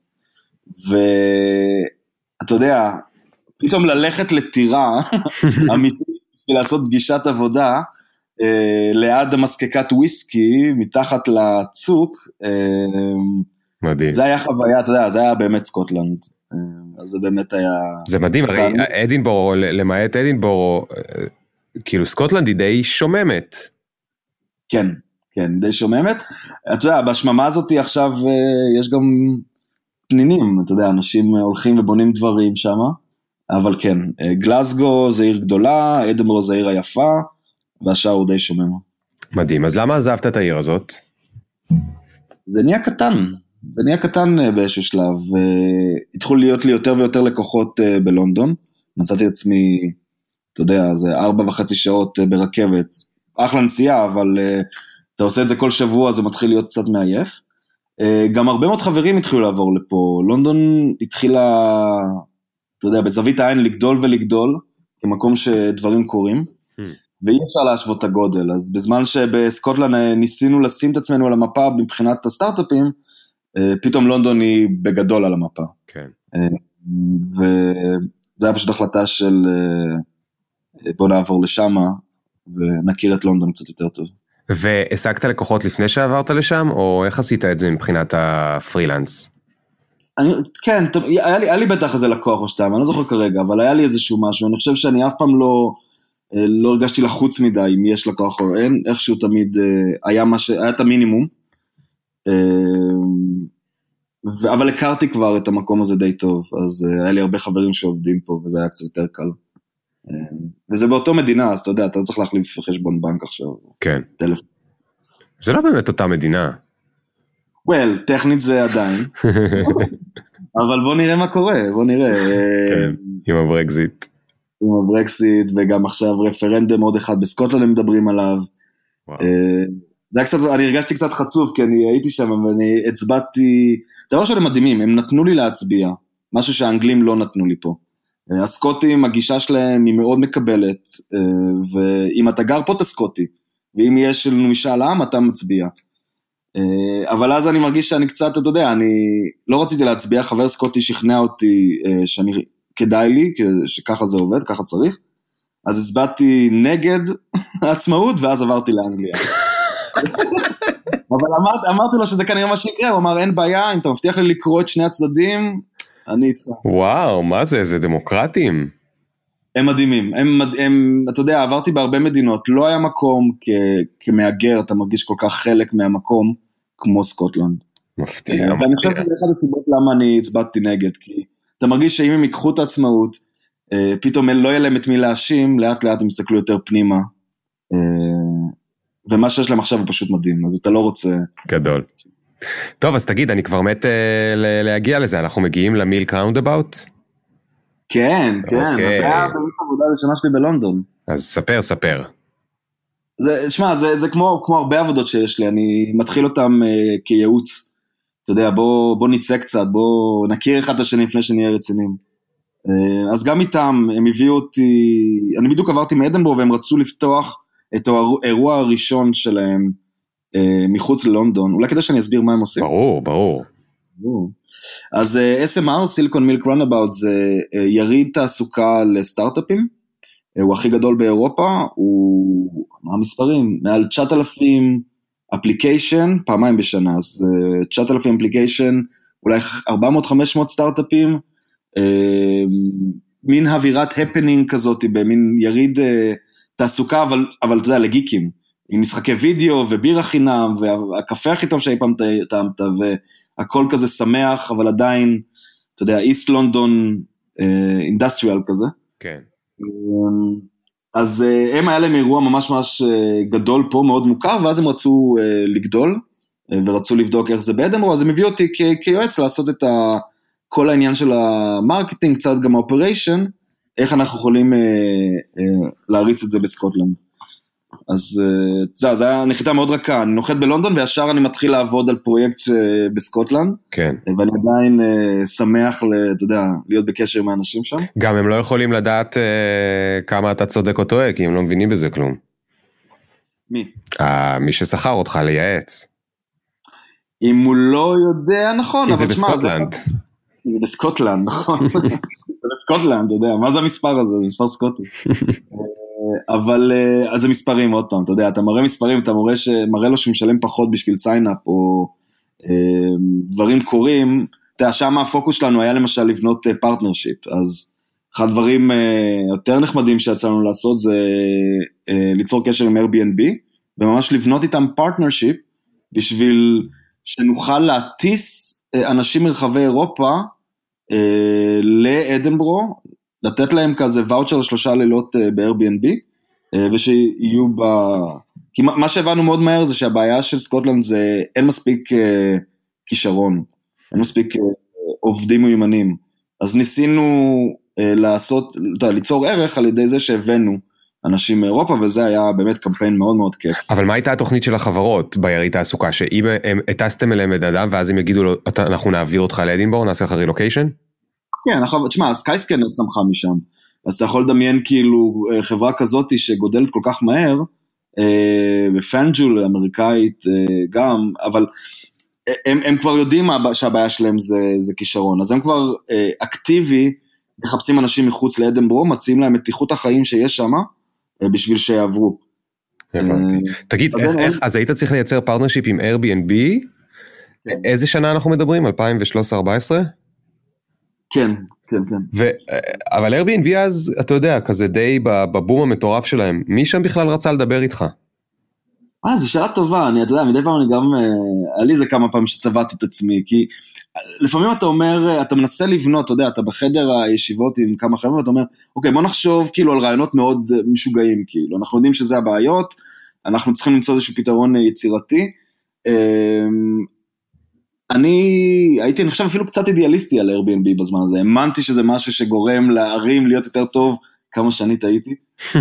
ואתה יודע, פתאום ללכת לטירה, אמיתית, לעשות פגישת עבודה, ליד המסקקת וויסקי, מתחת לצוק, מדהים. זה היה חוויה, אתה יודע, זה היה באמת סקוטלנד, אז זה באמת היה... זה מדהים, הרי אדינבורו, למעט אדינבורו, כאילו סקוטלנד היא די שוממת. כן, כן, די שוממת. אתה יודע, בשממה הזאת עכשיו יש גם פנינים, אתה יודע, אנשים הולכים ובונים דברים שם, אבל כן, גלסגו זה עיר גדולה, אדינבורו זה עיר היפה, והשאר הוא די שומם. מדהים, אז למה עזבת את העיר הזאת? זה נהיה קטן באיזשהו שלב, התחילו להיות לי יותר ויותר לקוחות בלונדון, מצאתי עצמי, אתה יודע, זה 4.5 שעות ברכבת, אחלה נסיעה, אבל אתה עושה את זה כל שבוע, זה מתחיל להיות קצת מעייף. גם הרבה מאוד חברים התחילו לעבור לפה, לונדון התחילה, אתה יודע, בזווית העין לגדול ולגדול, כמקום שדברים קורים, ואי אפשר להשוות את הגודל, אז בזמן שבסקוטלנד ניסינו לשים את עצמנו על המפה מבחינת הסטארט-אפים, פתאום לונדון היא בגדול על המפה. כן. וזה היה פשוט החלטה של בוא נעבור לשם, ונכיר את לונדון קצת יותר טוב. והשגת לקוחות לפני שעברת לשם, או איך עשית את זה מבחינת הפרילנס? כן, היה לי בטח איזה לקוח או שתיים, אני לא זוכר כרגע, אבל היה לי איזשהו משהו, אני חושב שאני אף פעם לא הרגשתי לחוץ מדי, אם יש לקוח או אין, איכשהו תמיד היה את המינימום, אבל הכרתי כבר את המקום הזה די טוב, אז היה לי הרבה חברים שעובדים פה, וזה היה קצת יותר קל. וזה באותו מדינה, אז אתה יודע, אתה לא צריך להחליף חשבון בנק עכשיו. כן. טלפון. זה לא באמת אותה מדינה. טכנית זה עדיין. אבל בוא נראה מה קורה, בוא נראה. כן, עם הברקזיט. עם הברקזיט, וגם עכשיו רפרנדם עוד אחד בסקוטלנד הם מדברים עליו. זה היה קצת, אני הרגשתי קצת חצוף, כי אני הייתי שם, ואני הצבעתי, דבר שהם מדהימים, הם נתנו לי להצביע, משהו שהאנגלים לא נתנו לי פה. הסקוטים, הגישה שלהם היא מאוד מקבלת, ואם אתה גר פה אתה סקוטי, ואם יש לנו משאל עם, אתה מצביע. אבל אז אני מרגיש שאני קצת, אתה יודע, אני לא רציתי להצביע, חבר סקוטי שכנע אותי שאני כדאי לי, שככה זה עובד, ככה צריך, אז הצבעתי נגד העצמאות, ואז עברתי לאנגליה. אבל אמרתי לו שזה כנראה מה שיקרה, הוא אמר, אין בעיה, אם אתה מבטיח לי לקרוא את שני הצדדים, אני איתך. וואו, מה זה? זה דמוקרטים. הם מדהימים, אתה יודע, עברתי בהרבה מדינות, לא היה מקום כמאגר, אתה מרגיש כל כך חלק מהמקום, כמו סקוטלנד. מפתיע. ואני חושב שזה אחד הסיבות למה אני הצבעתי נגד, כי אתה מרגיש שאם הם ייקחו את העצמאות, פתאום לא יהיה להם את מי להאשים, לאט לאט הם יסתכלו יותר פנימה, ומה שיש להם עכשיו הוא פשוט מדהים, אז אתה לא רוצה... גדול. טוב, אז תגיד, אני כבר מת להגיע לזה, אנחנו מגיעים למילק ראונדאבאוט? כן, כן, זה היה באמת עבודה ראשונה שלי בלונדון. אז ספר. שמע, זה כמו הרבה עבודות שיש לי, אני מתחיל אותם כייעוץ, אתה יודע, בוא נצא קצת, בוא נכיר אחד את השני לפני שנהיה רציניים. אז גם איתם, הם הביאו אותי, אני בדיוק עברתי מאדנבורו, והם רצו לפתוח את האירוע הראשון שלהם מחוץ ללונדון, אולי כדי שאני אסביר מה הם עושים. ברור. אז SMR, Silicon Milk Runabout, זה יריד תעסוקה לסטארט-אפים, הוא הכי גדול באירופה, הוא, מה המספרים? מעל 9,000 אפליקיישן, פעמיים בשנה, אז 9,000 אפליקיישן, אולי 400-500 סטארט-אפים, מין אווירת הפנינג כזאת, במין יריד תעסוקה, אבל אתה יודע, לגיקים, עם משחקי וידאו ובירה חינם, והקפה הכי טוב שאי פעם טעמת, והכל כזה שמח, אבל עדיין, אתה יודע, איסט לונדון אינדסטריאל כזה. כן. אז הם היה להם אירוע ממש ממש גדול פה, מאוד מוכר, ואז הם רצו לגדול, ורצו לבדוק איך זה באדנבורו, אז הם הביאו אותי כיועץ לעשות את כל העניין של המרקטינג, קצת גם האופריישן, איך אנחנו יכולים להריץ את זה בסקוטלנד. אז זה היה נחיתה מאוד רכה, אני נוחת בלונדון, וישר אני מתחיל לעבוד על פרויקט בסקוטלנד, כן. ואני עדיין שמח, אתה יודע, להיות בקשר עם האנשים שם. גם הם לא יכולים לדעת כמה אתה צודק או טועה, כי הם לא מבינים בזה כלום. מי? מי ששכר אותך לייעץ. אם הוא לא יודע, נכון, אבל תשמע, זה בסקוטלנד, נכון. זה בסקוטלנד, אתה יודע, מה זה המספר הזה? זה מספר סקוטי. אבל, אז זה מספרים עוד פעם, אתה יודע, אתה מראה מספרים, אתה מראה לו שהוא משלם פחות בשביל סיינאפ, או דברים קורים, אתה יודע, שם הפוקוס שלנו היה למשל לבנות פרטנרשיפ, אז אחד הדברים יותר נחמדים שיצאנו לעשות, זה ליצור קשר עם Airbnb, וממש לבנות איתם פרטנרשיפ, בשביל שנוכל להטיס אנשים מרחבי אירופה, לאדנבורו, לתת להם כזה ואוצ'ר ל3 לילות ב-Airbnb, ושיהיו כי מה שהבנו מאוד מהר זה שהבעיה של סקוטלנד זה אין מספיק כישרון, אין מספיק עובדים מיומנים, אז ניסינו ליצור ערך על ידי זה שהבאנו אנשים מאירופה, וזה היה באמת קמפיין מאוד מאוד כיף. אבל מה הייתה התוכנית של החברות ביריד תעסוקה, שאם הטסתם אליהם את אדם, ואז הם יגידו לו, אנחנו נעביר אותך לאדינבורו, נעשה לך רילוקיישן? כן, תשמע, סקייסקנר צמחה משם, אז אתה יכול לדמיין כאילו חברה כזאת שגודלת כל כך מהר, ופנג'ול אמריקאית גם, אבל הם כבר יודעים שהבעיה שלהם זה כישרון, אז הם כבר אקטיבי, מחפשים אנשים מחוץ לאדנבורו, מציעים להם את איכות החיים שיש שם, בשביל שיעברו. הבנתי. תגיד, אז היית צריך לייצר פרטנרשיפ עם Airbnb, איזה שנה אנחנו מדברים? 2013-2014? כן. אבל Airbnb אז, אתה יודע, כזה די בבום המטורף שלהם, מי שם בכלל רצה לדבר איתך? זו שאלה טובה, אני, אתה יודע, מדי פעם אני גם, היה לי זה כמה פעמים שצבעתי את עצמי, כי לפעמים אתה אומר, אתה מנסה לבנות, אתה יודע, אתה בחדר הישיבות עם כמה חבר'ה, ואתה אומר, אוקיי, בוא נחשוב כאילו על רעיונות מאוד משוגעים, כאילו, אנחנו יודעים שזה הבעיות, אנחנו צריכים למצוא איזשהו פתרון יצירתי, אני חושב אפילו קצת אידיאליסטי על Airbnb בזמן הזה, האמנתי שזה משהו שגורם לערים להיות יותר טוב, כמה שאני טעיתי,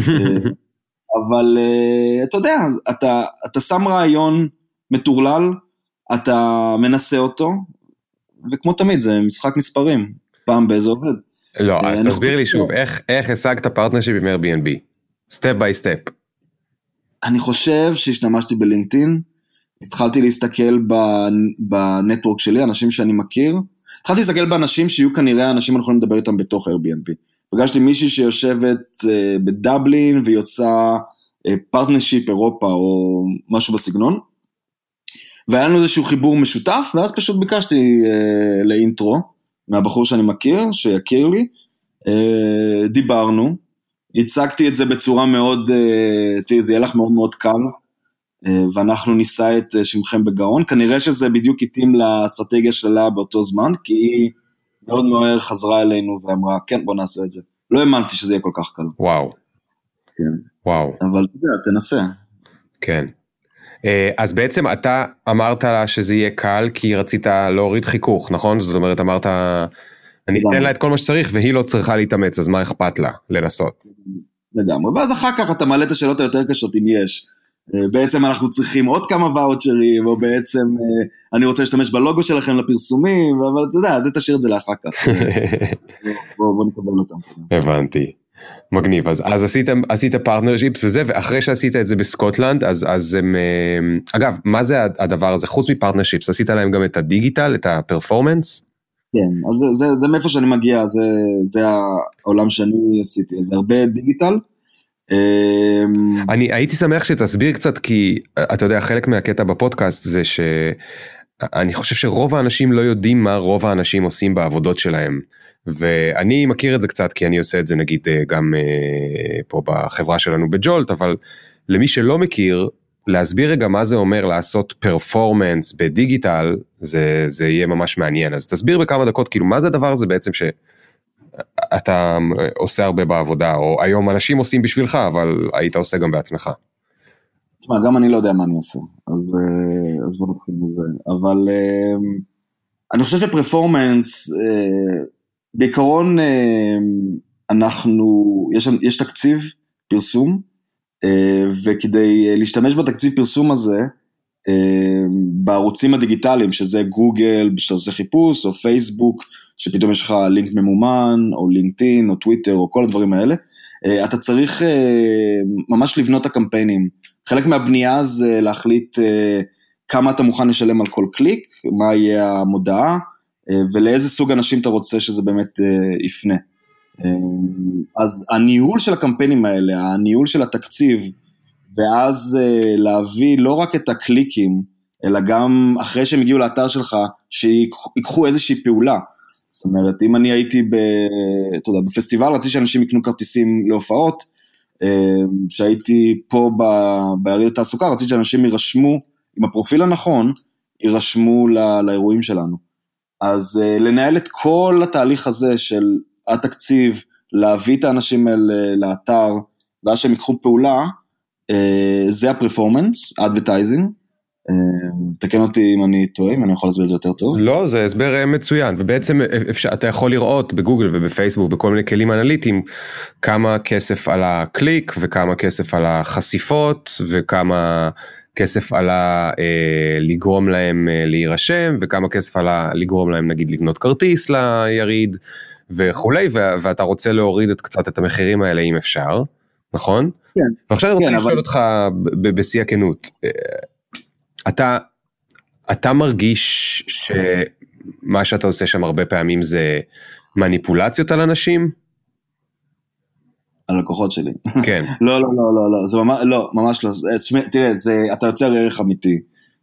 אבל אתה יודע, אתה שם רעיון מטורלל, אתה מנסה אותו, וכמו תמיד, זה משחק מספרים, פעם באיזה עובד. לא, אז תסביר לי שוב, איך השגת פרטנרשיפ עם Airbnb? סטפ ביי סטפ. אני חושב שהשתמשתי בלינקדאין, התחלתי להסתכל בנטוורק שלי, אנשים שאני מכיר, התחלתי להסתכל באנשים שיהיו כנראה אנשים אנחנו יכולים לדבר איתם בתוך Airbnb. פגשתי מישהי שיושבת בדבלין, והיא עושה פרטנרשיפ אירופה, או משהו בסגנון, והיה לנו איזשהו חיבור משותף, ואז פשוט ביקשתי לאינטרו, מהבחור שאני מכיר, שיכיר לי, דיברנו, הצגתי את זה בצורה מאוד, זה יהיה לך מאוד מאוד קל, ואנחנו ניסה את שמכם בגאון, כנראה שזה בדיוק התאים לאסטרטגיה שלה באותו זמן, כי היא מאוד מהר חזרה אלינו ואמרה, כן, בוא נעשה את זה. לא האמנתי שזה יהיה כל כך קל. וואו. כן. וואו. אבל אתה יודע, תנסה. כן. אז בעצם אתה אמרת לה שזה יהיה קל, כי רצית להוריד חיכוך, נכון? זאת אומרת, אמרת, אני אתן לה את כל מה שצריך, והיא לא צריכה להתאמץ, אז מה אכפת לה לנסות? לגמרי. ואז אחר כך אתה מעלה את השאלות היותר קשות אם יש. בעצם אנחנו צריכים עוד כמה ואוצ'רים, או בעצם אני רוצה להשתמש בלוגו שלכם לפרסומים, אבל אתה יודע, זה תשאיר את זה לאחר כך. בוא נקבל אותם. הבנתי. מגניב, אז עשית פרטנרשיפ וזה, ואחרי שעשית את זה בסקוטלנד, אז הם, אגב, מה זה הדבר הזה? חוץ מפרטנרשיפס, עשית להם גם את הדיגיטל, את הפרפורמנס? כן, אז זה מאיפה שאני מגיע, זה העולם שאני עשיתי, זה הרבה דיגיטל. אני הייתי שמח שתסביר קצת, כי אתה יודע, חלק מהקטע בפודקאסט זה שאני חושב שרוב האנשים לא יודעים מה רוב האנשים עושים בעבודות שלהם, ואני מכיר את זה קצת, כי אני עושה את זה נגיד גם פה בחברה שלנו בג'ולט, אבל למי שלא מכיר, להסביר רגע מה זה אומר לעשות פרפורמנס בדיגיטל, זה יהיה ממש מעניין. אז תסביר בכמה דקות, כאילו מה זה הדבר הזה בעצם שאתה עושה הרבה בעבודה, או היום אנשים עושים בשבילך, אבל היית עושה גם בעצמך. תשמע, גם אני לא יודע מה אני עושה, אז בוא נתחיל בזה. אבל אני חושב שפרפורמנס, בעיקרון יש תקציב פרסום, וכדי להשתמש בתקציב פרסום הזה, בערוצים הדיגיטליים, שזה גוגל, שאתה עושה חיפוש, או פייסבוק, שפתאום יש לך לינק ממומן, או לינקדאין, או טוויטר, או כל הדברים האלה, אתה צריך ממש לבנות את הקמפיינים. חלק מהבנייה זה להחליט כמה אתה מוכן לשלם על כל קליק, מה יהיה המודעה, ולאיזה סוג אנשים אתה רוצה שזה באמת יפנה. אז הניהול של הקמפיינים האלה, הניהול של התקציב, ואז להביא לא רק את הקליקים, אלא גם אחרי שהם הגיעו לאתר שלך, שיקחו איזושהי פעולה. זאת אומרת, אם אני הייתי בפסטיבל, רציתי שאנשים יקנו כרטיסים להופעות, שהייתי פה בעיר התעסוקה, רציתי שאנשים יירשמו, עם הפרופיל הנכון, יירשמו לאירועים שלנו. אז לנהל את כל התהליך הזה של התקציב, להביא את האנשים לאתר, ואז שהם יקחו פעולה, זה הפרפורמנס, אדברטייזינג, תקן אותי אם אני טועה, אם אני יכול להסביר את זה יותר טוב. לא, זה הסבר מצוין, ובעצם אתה יכול לראות בגוגל ובפייסבוק, בכל מיני כלים אנליטיים, כמה כסף על הקליק, וכמה כסף על החשיפות, וכמה כסף על לגרום להם להירשם, וכמה כסף על לגרום להם נגיד לקנות כרטיס ליריד, וכולי, ואתה רוצה להוריד קצת את המחירים האלה אם אפשר, נכון? כן. ועכשיו אני רוצה לשאול אותך בשיא הכנות, אתה מרגיש שמה שאתה עושה שם הרבה פעמים זה מניפולציות על אנשים? על לקוחות שלי. כן. לא, זה ממש לא. תראה, אתה יוצר ערך אמיתי.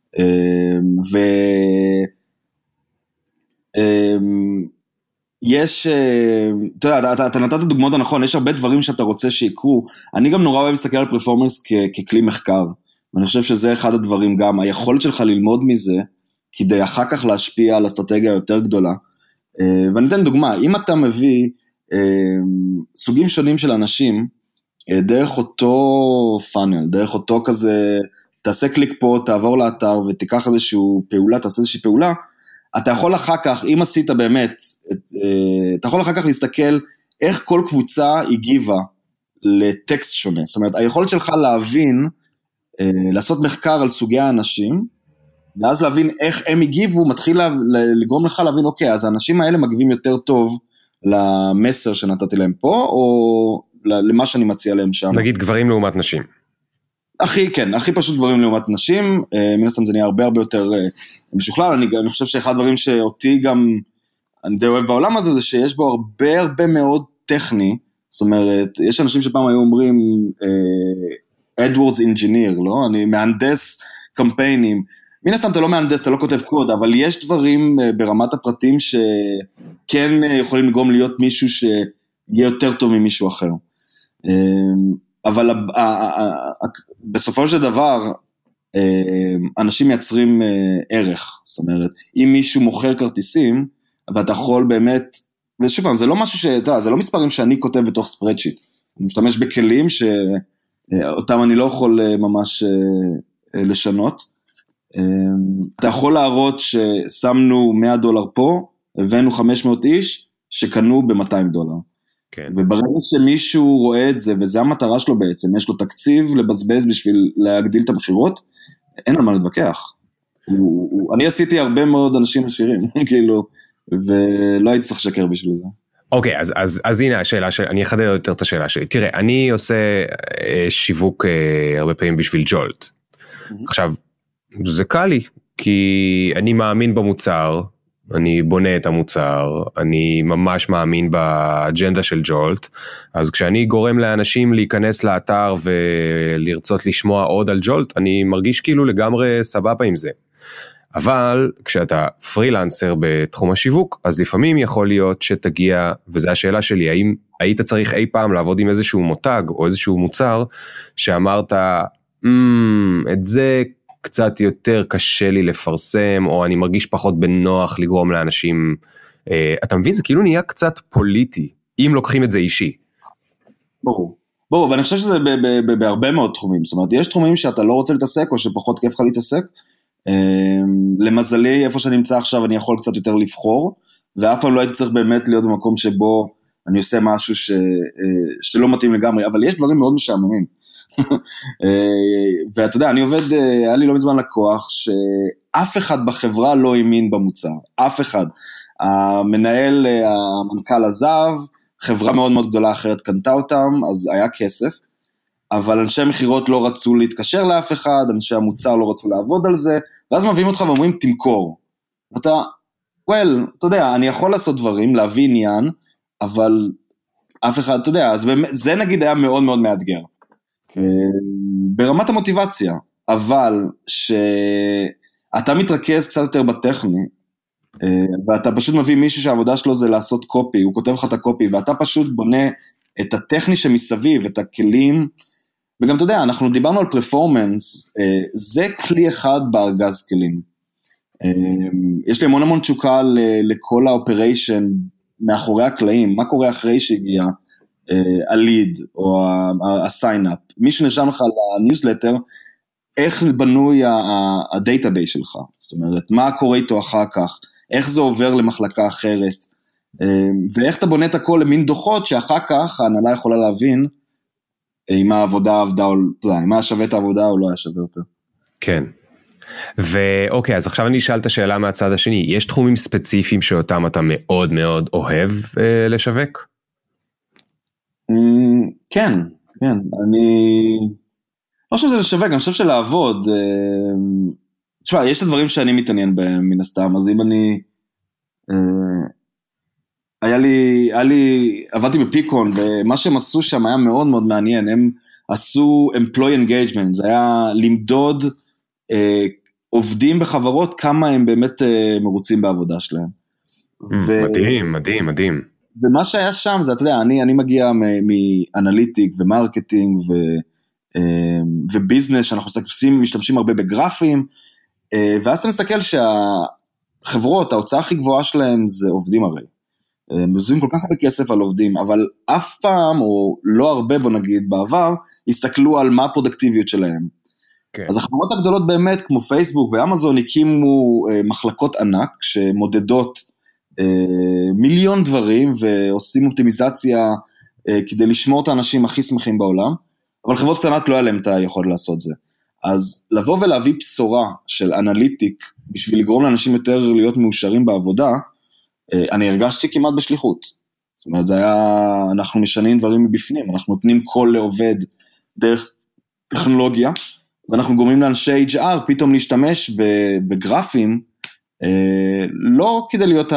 יש, אתה יודע, אתה נתת דוגמאות הנכון, יש הרבה דברים שאתה רוצה שיקרו. אני גם נורא אוהב להסתכל על פרפורמנס ככלי מחקר. ואני חושב שזה אחד הדברים גם, היכולת שלך ללמוד מזה, כדי אחר כך להשפיע על אסטרטגיה יותר גדולה. ואני אתן דוגמה, אם אתה מביא סוגים שונים של אנשים, דרך אותו פאנל, דרך אותו כזה, תעשה קליק פה, תעבור לאתר ותיקח איזשהו פעולה, תעשה איזושהי פעולה, אתה יכול אחר כך, אם עשית באמת, אתה יכול אחר כך להסתכל איך כל קבוצה הגיבה לטקסט שונה. זאת אומרת, היכולת שלך להבין, לעשות מחקר על סוגי האנשים, ואז להבין איך הם הגיבו, מתחיל לגרום לך להבין, אוקיי, אז האנשים האלה מגיבים יותר טוב למסר שנתתי להם פה, או למה שאני מציע להם שם. נגיד גברים לעומת נשים. הכי פשוט גברים לעומת נשים, מן הסתם זה נהיה הרבה יותר משוכלל, אני חושב שאחד הדברים שאותי גם, אני די אוהב בעולם הזה, זה שיש בו הרבה מאוד טכני, זאת אומרת, יש אנשים שפעם היו אומרים, AdWords Engineer, לא? אני מהנדס קמפיינים, מן הסתם אתה לא מהנדס, אתה לא כותב קוד, אבל יש דברים ברמת הפרטים שכן יכולים לגרום להיות מישהו שיהיה יותר טוב ממישהו אחר. אבל בסופו של דבר, אנשים מייצרים ערך, זאת אומרת, אם מישהו מוכר כרטיסים, ואתה יכול באמת, ושוב פעם, זה לא משהו שאתה, זה לא מספרים שאני כותב בתוך ספרדשיט, אני משתמש בכלים שאותם אני לא יכול ממש לשנות, אתה יכול להראות ששמנו $100 פה, הבאנו 500 איש שקנו $200. כן. וברגע שמישהו רואה את זה, וזה המטרה שלו בעצם, יש לו תקציב לבזבז בשביל להגדיל את המחירות, אין על מה להתווכח. אני עשיתי הרבה מאוד אנשים עשירים, כאילו, ולא הייתי צריך לשקר בשביל זה. אוקיי, אז הנה השאלה, אני אחדד יותר את השאלה שלי. תראה, אני עושה שיווק הרבה פעמים בשביל ג'ולט. עכשיו, זה קל לי, כי אני מאמין במוצר, אני בונה את המוצר, אני ממש מאמין באג'נדה של ג'ולט, אז כשאני גורם לאנשים להיכנס לאתר ולרצות לשמוע עוד על ג'ולט, אני מרגיש כאילו לגמרי סבבה עם זה. אבל כשאתה פרילנסר בתחום השיווק, אז לפעמים יכול להיות שתגיע, וזו השאלה שלי, האם היית צריך אי פעם לעבוד עם איזשהו מותג או איזשהו מוצר, שאמרת, את זה קצת יותר קשה לי לפרסם, או אני מרגיש פחות בנוח לגרום לאנשים, אתה מבין, זה כאילו נהיה קצת פוליטי, אם לוקחים את זה אישי. ברור, ואני חושב שזה בהרבה מאוד תחומים, זאת אומרת, יש תחומים שאתה לא רוצה להתעסק, או שפחות כיף לך להתעסק, למזלי, איפה שאני נמצא עכשיו, אני יכול קצת יותר לבחור, ואף פעם לא הייתי צריך באמת להיות במקום שבו אני עושה משהו שלא מתאים לגמרי, אבל יש דברים מאוד משעממים. ואתה יודע, אני עובד, היה לי לא מזמן לקוח, שאף אחד בחברה לא האמין במוצר, אף אחד. המנהל, המנכ"ל עזב, חברה מאוד מאוד גדולה אחרת קנתה אותם, אז היה כסף, אבל אנשי מחירות לא רצו להתקשר לאף אחד, אנשי המוצר לא רצו לעבוד על זה, ואז מביאים אותך ואומרים, תמכור. אתה, אתה יודע, אני יכול לעשות דברים, להביא עניין, אבל אף אחד, אתה יודע, אז זה נגיד היה מאוד מאוד מאתגר. ברמת המוטיבציה, אבל שאתה מתרכז קצת יותר בטכני, ואתה פשוט מביא מישהו שהעבודה שלו זה לעשות קופי, הוא כותב לך את הקופי, ואתה פשוט בונה את הטכני שמסביב, את הכלים, וגם אתה יודע, אנחנו דיברנו על פרפורמנס, זה כלי אחד בארגז כלים. יש לי המון תשוקה לכל האופריישן מאחורי הקלעים, מה קורה אחרי שהגיע הליד או הסיינאפ, מישהו נרשם לך לניוזלטר, איך בנוי הדייטאבייס שלך, זאת אומרת, מה קורה איתו אחר כך, איך זה עובר למחלקה אחרת, ואיך אתה בונה את הכל למין דוחות, שאחר כך ההנהלה יכולה להבין, אם העבודה עבדה, או לא, אם היה שווה את העבודה או לא היה שווה אותה. כן. ואוקיי, אז עכשיו אני אשאל את השאלה מהצד השני, יש תחומים ספציפיים שאותם אתה מאוד מאוד אוהב לשווק? כן, אני לא חושב שזה לשווק, אני חושב שלעבוד, תשמע, יש את הדברים שאני מתעניין בהם מן הסתם, אז אם אני, עבדתי בפיקון, ומה שהם עשו שם היה מאוד מאוד מעניין, הם עשו employee engagement, זה היה למדוד עובדים בחברות, כמה הם באמת מרוצים בעבודה שלהם. מדהים. ומה שהיה שם, זה, אתה יודע, אני מגיע מאנליטיק ומרקטינג וביזנס, שאנחנו משתמשים הרבה בגרפים, ואז אתה מסתכל שהחברות, ההוצאה הכי גבוהה שלהם זה עובדים הרי. הם מזוהים כל כך הרבה כסף על עובדים, אבל אף פעם, או לא הרבה בוא נגיד בעבר, הסתכלו על מה הפרודקטיביות שלהם. כן. אז החברות הגדולות באמת, כמו פייסבוק ואמזון, הקימו מחלקות ענק, שמודדות מיליון דברים, ועושים אופטימיזציה, כדי לשמור את האנשים הכי שמחים בעולם, אבל חברות קטנות לא היה להם את היכולת לעשות זה. אז לבוא ולהביא בשורה של אנליטיק, בשביל לגרום לאנשים יותר להיות מאושרים בעבודה, אני הרגשתי כמעט בשליחות. זאת אומרת, זה היה, אנחנו משנים דברים מבפנים, אנחנו נותנים קול לעובד דרך טכנולוגיה, ואנחנו גורמים לאנשי HR פתאום להשתמש בגרפים, לא כדי להיות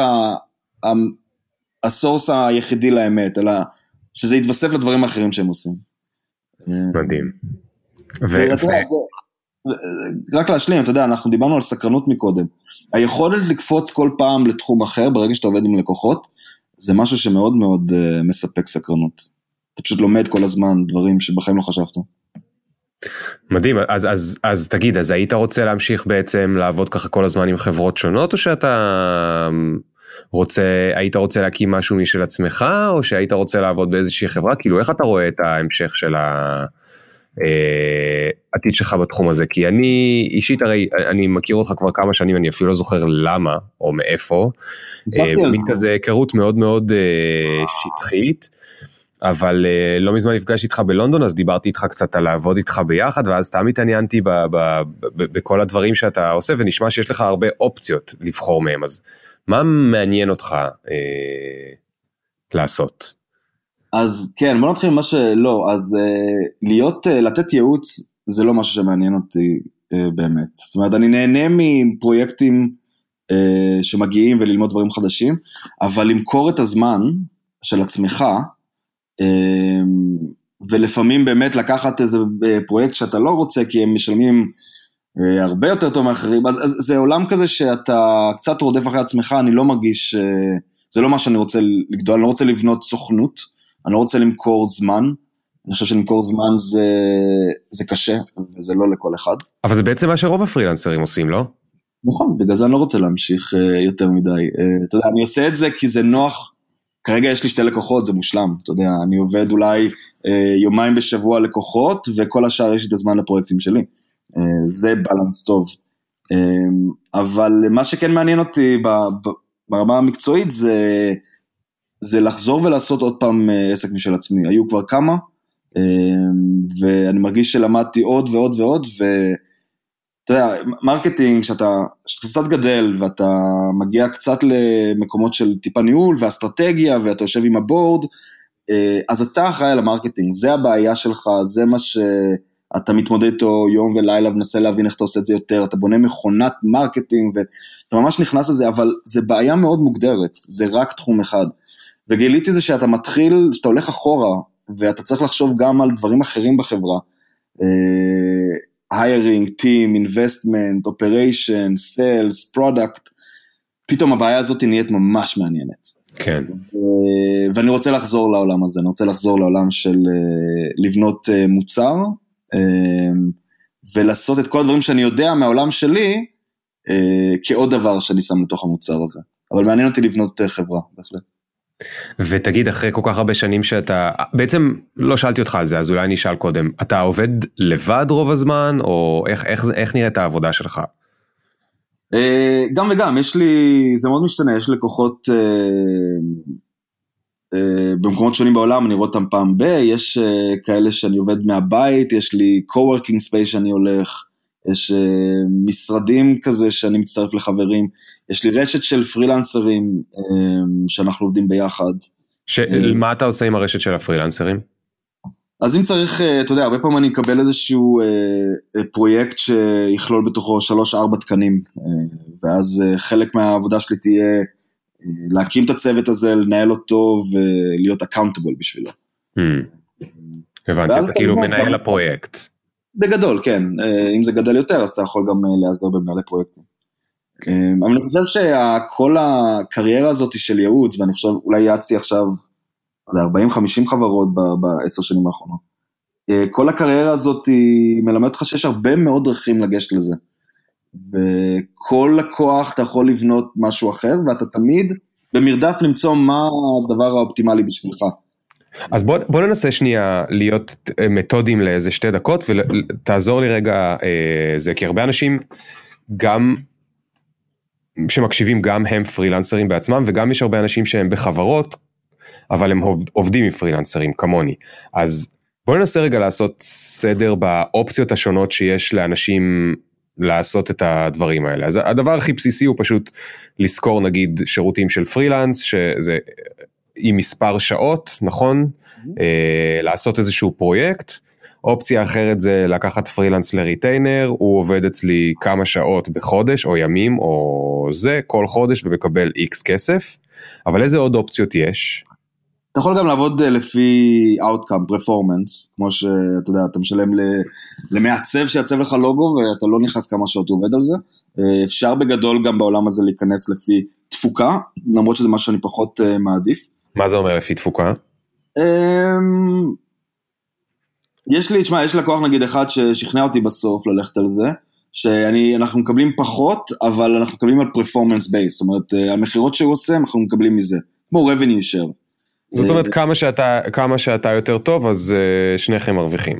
הסורס היחידי לאמת, אלא שזה יתווסף לדברים האחרים שהם עושים. מדהים. רק להשלים, אתה יודע, אנחנו דיברנו על סקרנות מקודם, היכולת לקפוץ כל פעם לתחום אחר, ברגע שאתה עובד עם לקוחות, זה משהו שמאוד מאוד מספק סקרנות. אתה פשוט לומד כל הזמן דברים שבחיים לא חשבת. מדהים, אז תגיד, אז היית רוצה להמשיך בעצם לעבוד ככה כל הזמן עם חברות שונות, או שאתה היית רוצה להקים משהו משל עצמך, או שהיית רוצה לעבוד באיזושהי חברה? כאילו, איך אתה רואה את ההמשך של העתיד שלך בתחום הזה? כי אני אישית, הרי אני מכיר אותך כבר כמה שנים, אני אפילו לא זוכר למה או מאיפה, מין כזה היכרות מאוד מאוד שטחית, אבל לא מזמן נפגש איתך בלונדון, אז דיברתי איתך קצת על לעבוד איתך ביחד, ואז סתם התעניינתי בכל הדברים שאתה עושה, ונשמע שיש לך הרבה אופציות לבחור מהם, אז מה מעניין אותך לעשות? אז כן, בוא נתחיל עם מה שלא, אז לתת ייעוץ זה לא משהו שמעניין אותי באמת. זאת אומרת, אני נהנה מפרויקטים שמגיעים וללמוד דברים חדשים, אבל למכור את הזמן של עצמך, ולפעמים באמת לקחת איזה פרויקט שאתה לא רוצה, כי הם משלמים הרבה יותר טוב מאחרים, אז זה עולם כזה שאתה קצת רודף אחרי עצמך, אני לא מרגיש, זה לא מה שאני רוצה לגדול, אני לא רוצה לבנות סוכנות, אני לא רוצה למכור זמן, אני חושב שלמכור זמן זה קשה, וזה לא לכל אחד. אבל זה בעצם מה שרוב הפרילנסרים עושים, לא? נכון, בגלל זה אני לא רוצה להמשיך יותר מדי. אתה יודע, אני עושה את זה כי זה נוח, כרגע יש לי 2 לקוחות, זה מושלם, אתה יודע, אני עובד אולי יומיים בשבוע לקוחות, וכל השאר יש את הזמן לפרויקטים שלי. זה בלנס טוב. אבל מה שכן מעניין אותי ברמה המקצועית, זה לחזור ולעשות עוד פעם עסק משל עצמי. היו כבר כמה, ואני מרגיש שלמדתי עוד ועוד ועוד, ואתה יודע, מרקטינג, שאתה קצת גדל, ואתה מגיע קצת למקומות של טיפה ניהול, ואסטרטגיה, ואתה יושב עם הבורד, אז אתה אחראי על המרקטינג, זה הבעיה שלך, זה מה שאתה מתמודד איתו יום ולילה, ונסה להבין איך אתה עושה את זה יותר, אתה בונה מכונת מרקטינג, ואתה ממש נכנס לזה, אבל זה בעיה מאוד מוגדרת, זה רק תחום אחד, וגיליתי זה שאתה מתחיל, שאתה הולך אחורה, ואתה צריך לחשוב גם על דברים אחרים בחברה, hiring, team, investment, operation, sales, product, פתאום הבעיה הזאת נהיית ממש מעניינת. כן. ואני רוצה לחזור לעולם הזה, אני רוצה לחזור לעולם של לבנות מוצר, ולעשות את כל הדברים שאני יודע מהעולם שלי, כעוד דבר שאני שם לתוך המוצר הזה. אבל מעניין אותי לבנות חברה, בהחלט. ותגיד, אחרי כל כך הרבה שנים שאתה, בעצם לא שאלתי אותך על זה, אז אולי אני אשאל קודם, אתה עובד לבד רוב הזמן, או איך נראית העבודה שלך? גם וגם, יש לי, זה מאוד משתנה, יש לקוחות במקומות שונים בעולם, אני רואה אותם פעם יש כאלה שאני עובד מהבית, יש לי co-working space שאני הולך, יש משרדים כזה שאני מצטרף לחברים, יש לי רשת של פרילנסרים שאנחנו עובדים ביחד. מה אתה עושה עם הרשת של הפרילנסרים? אז אם צריך, אתה יודע, הרבה פעמים אני אקבל איזשהו פרויקט שיכלול בתוכו 3-4 תקנים, ואז חלק מהעבודה שלי תהיה להקים את הצוות הזה, לנהל אותו ולהיות accountable בשבילו. הבנתי, זה כאילו מנהל הפרויקט. בגדול, כן. אם זה גדל יותר, אז אתה יכול גם לעזר במנהלי פרויקטים. אבל אני חושב שכל הקריירה הזאת של ייעוץ, ואני חושב אולי יעצתי עכשיו 40-50 חברות ב10 שנים האחרונות, כל הקריירה הזאת מלמד אותך שיש הרבה מאוד דרכים לגשת לזה. וכל לקוח אתה יכול לבנות משהו אחר, ואתה תמיד במרדף למצוא מה הדבר האופטימלי בשבילך. אז בוא ננסה שנייה להיות מתודים לאיזה 2 דקות, ותעזור לי רגע זה, כי הרבה אנשים גם שמקשיבים, גם הם פרילנסרים בעצמם, וגם יש הרבה אנשים שהם בחברות, אבל הם עובדים עם פרילנסרים כמוני. אז בוא ננסה רגע לעשות סדר באופציות השונות שיש לאנשים לעשות את הדברים האלה. אז הדבר הכי בסיסי הוא פשוט לזכור נגיד שירותים של פרילנס, שזה עם מספר שעות, נכון? לעשות איזשהו פרויקט. אופציה אחרת זה לקחת פרילנס לריטיינר, הוא עובד אצלי כמה שעות בחודש או ימים או זה, כל חודש ומקבל X כסף. אבל איזה עוד אופציות יש? אתה יכול גם לעבוד לפי outcome, performance, כמו שאתה יודע, אתה משלם למעצב שיעצב לך לוגו, ואתה לא נכנס כמה שעות עובד על זה. אפשר בגדול גם בעולם הזה להיכנס לפי תפוקה, למרות שזה מה שאני פחות מעדיף. מה זה אומר לפי תפוקה? יש לקוח נגיד אחד ששכנע אותי בסוף ללכת על זה, שאנחנו מקבלים פחות, אבל אנחנו מקבלים על performance based, זאת אומרת, המחירות שהוא עושה, אנחנו מקבלים מזה, כמו revenue share. זאת אומרת, כמה שאתה יותר טוב, אז שניכם מרוויחים.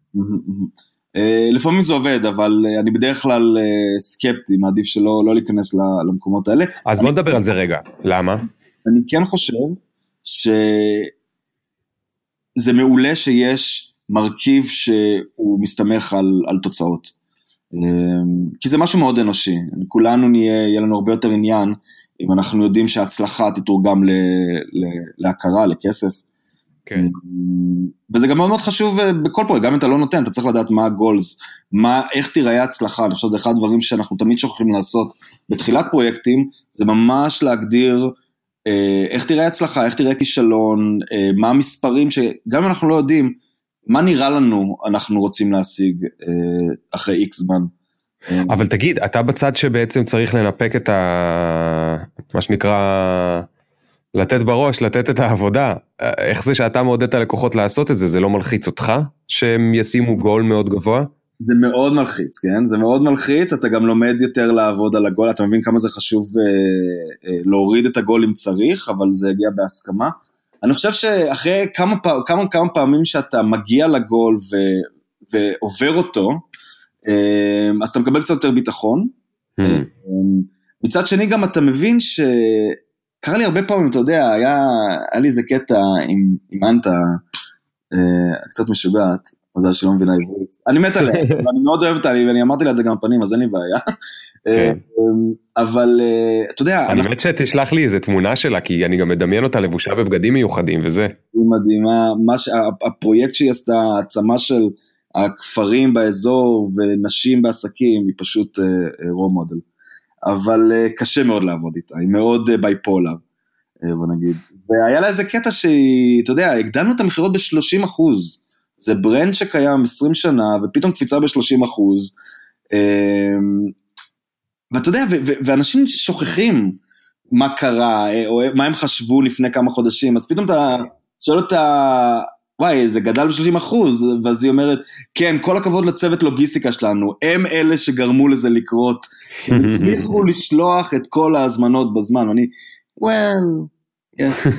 לפעמים זה עובד, אבל אני בדרך כלל סקפטי, מעדיף שלא להיכנס למקומות האלה. אז בוא נדבר על זה רגע, למה? אני כן חושב זה מעולה שיש מרכיב שהוא מסתמך על תוצאות. כי זה משהו מאוד אנושי. כולנו יהיה לנו הרבה יותר עניין, אם אנחנו יודעים שההצלחה תתורגם להכרה, לכסף. כן. וזה גם מאוד מאוד חשוב בכל פרויקט, גם אם אתה לא נותן, אתה צריך לדעת מה הגולס, איך תיראה הצלחה. אני חושב שזה אחד הדברים שאנחנו תמיד שוכחים לעשות בתחילת פרויקטים, זה ממש להגדיר איך תיראה הצלחה, איך תיראה כישלון, מה המספרים שגם אם אנחנו לא יודעים, מה נראה לנו אנחנו רוצים להשיג אחרי איקס זמן. אבל תגיד, אתה בצד שבעצם צריך לנפק את מה שנקרא, לתת בראש, לתת את העבודה. איך זה שאתה מעודד את הלקוחות לעשות את זה? זה לא מלחיץ אותך שהם ישימו גול מאוד גבוה? זה מאוד מלחיץ, כן? זה מאוד מלחיץ, אתה גם לומד יותר לעבוד על הגול, אתה מבין כמה זה חשוב להוריד את הגול אם צריך, אבל זה הגיע בהסכמה. אני חושב שאחרי כמה פעמים שאתה מגיע לגול ועובר אותו, אז אתה מקבל קצת יותר ביטחון. מצד שני גם אתה מבין שקרה לי הרבה פעמים, אתה יודע, היה לי איזה קטע עם אנטה, קצת משוגעת, מזל שלא מבינה עברית. אני מת עליה, אני מאוד אוהבת עליה, ואני אמרתי לה את זה גם פנים, אז אין לי בעיה. אבל, אתה יודע... אני מת שתשלח לי איזה תמונה שלה, כי אני גם מדמיין אותה לבושה בבגדים מיוחדים, וזה. היא מדהימה, הפרויקט שהיא עשתה, העצמה של הכפרים באזור, ונשים בעסקים, היא פשוט רוב מודל. אבל קשה מאוד לעבוד איתה, היא מאוד בייפולר, בוא נגיד. והיה לה איזה קטע שהיא, אתה יודע, הגדלנו את המחירות ב-30%, זה ברנד שקיים 20 שנה, ופתאום קפיצה ב-30%, ואתה יודע, ואנשים שוכחים מה קרה, או מה הם חשבו לפני כמה חודשים, אז פתאום אתה שואל אותה, וואי, זה גדל ב-30%, ואז היא אומרת, כן, כל הכבוד לצוות לוגיסטיקה שלנו, הם אלה שגרמו לזה לקרות, הם הצליחו לשלוח את כל ההזמנות בזמן, ואני, well, yes.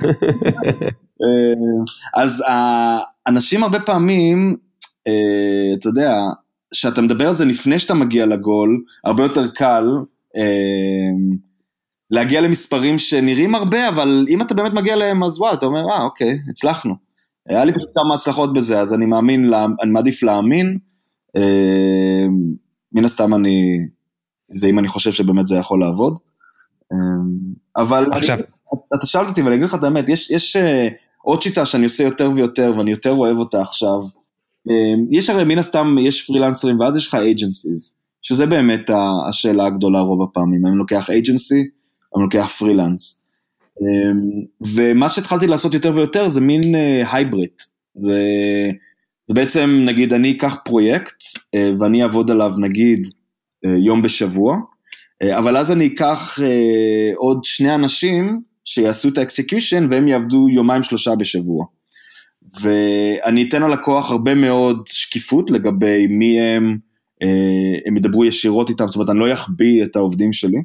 אז האנשים הרבה פעמים, אתה יודע, שאתה מדבר על זה לפני שאתה מגיע לגול, הרבה יותר קל להגיע למספרים שנראים הרבה, אבל אם אתה באמת מגיע להם, אז וואל, אתה אומר, אוקיי, הצלחנו. היה לי פשוט כמה הצלחות בזה, אז אני מעדיף להאמין, מן הסתם זה אם אני חושב שבאמת זה יכול לעבוד. אבל עכשיו... אתה שאלת אותי, ואני אגיד לך את האמת, יש עוד שיטה שאני עושה יותר ויותר, ואני יותר אוהב אותה עכשיו, יש הרי מן הסתם, יש פרילנסרים, ואז יש לך agencies, שזה באמת השאלה הגדולה רוב הפעמים, אני לוקח agency, אני לוקח פרילנס, ומה שהתחלתי לעשות יותר ויותר, זה מין הייבריד, זה בעצם, נגיד, אני אקח פרויקט, ואני אעבוד עליו, נגיד, יום בשבוע, אבל אז אני אקח עוד 2 אנשים, שיעשו את האקסקיושן, והם יעבדו 2-3 בשבוע. ואני אתן ללקוח הרבה מאוד שקיפות לגבי מי הם ידברו ישירות איתם, זאת אומרת, אני לא יחביא את העובדים שלי.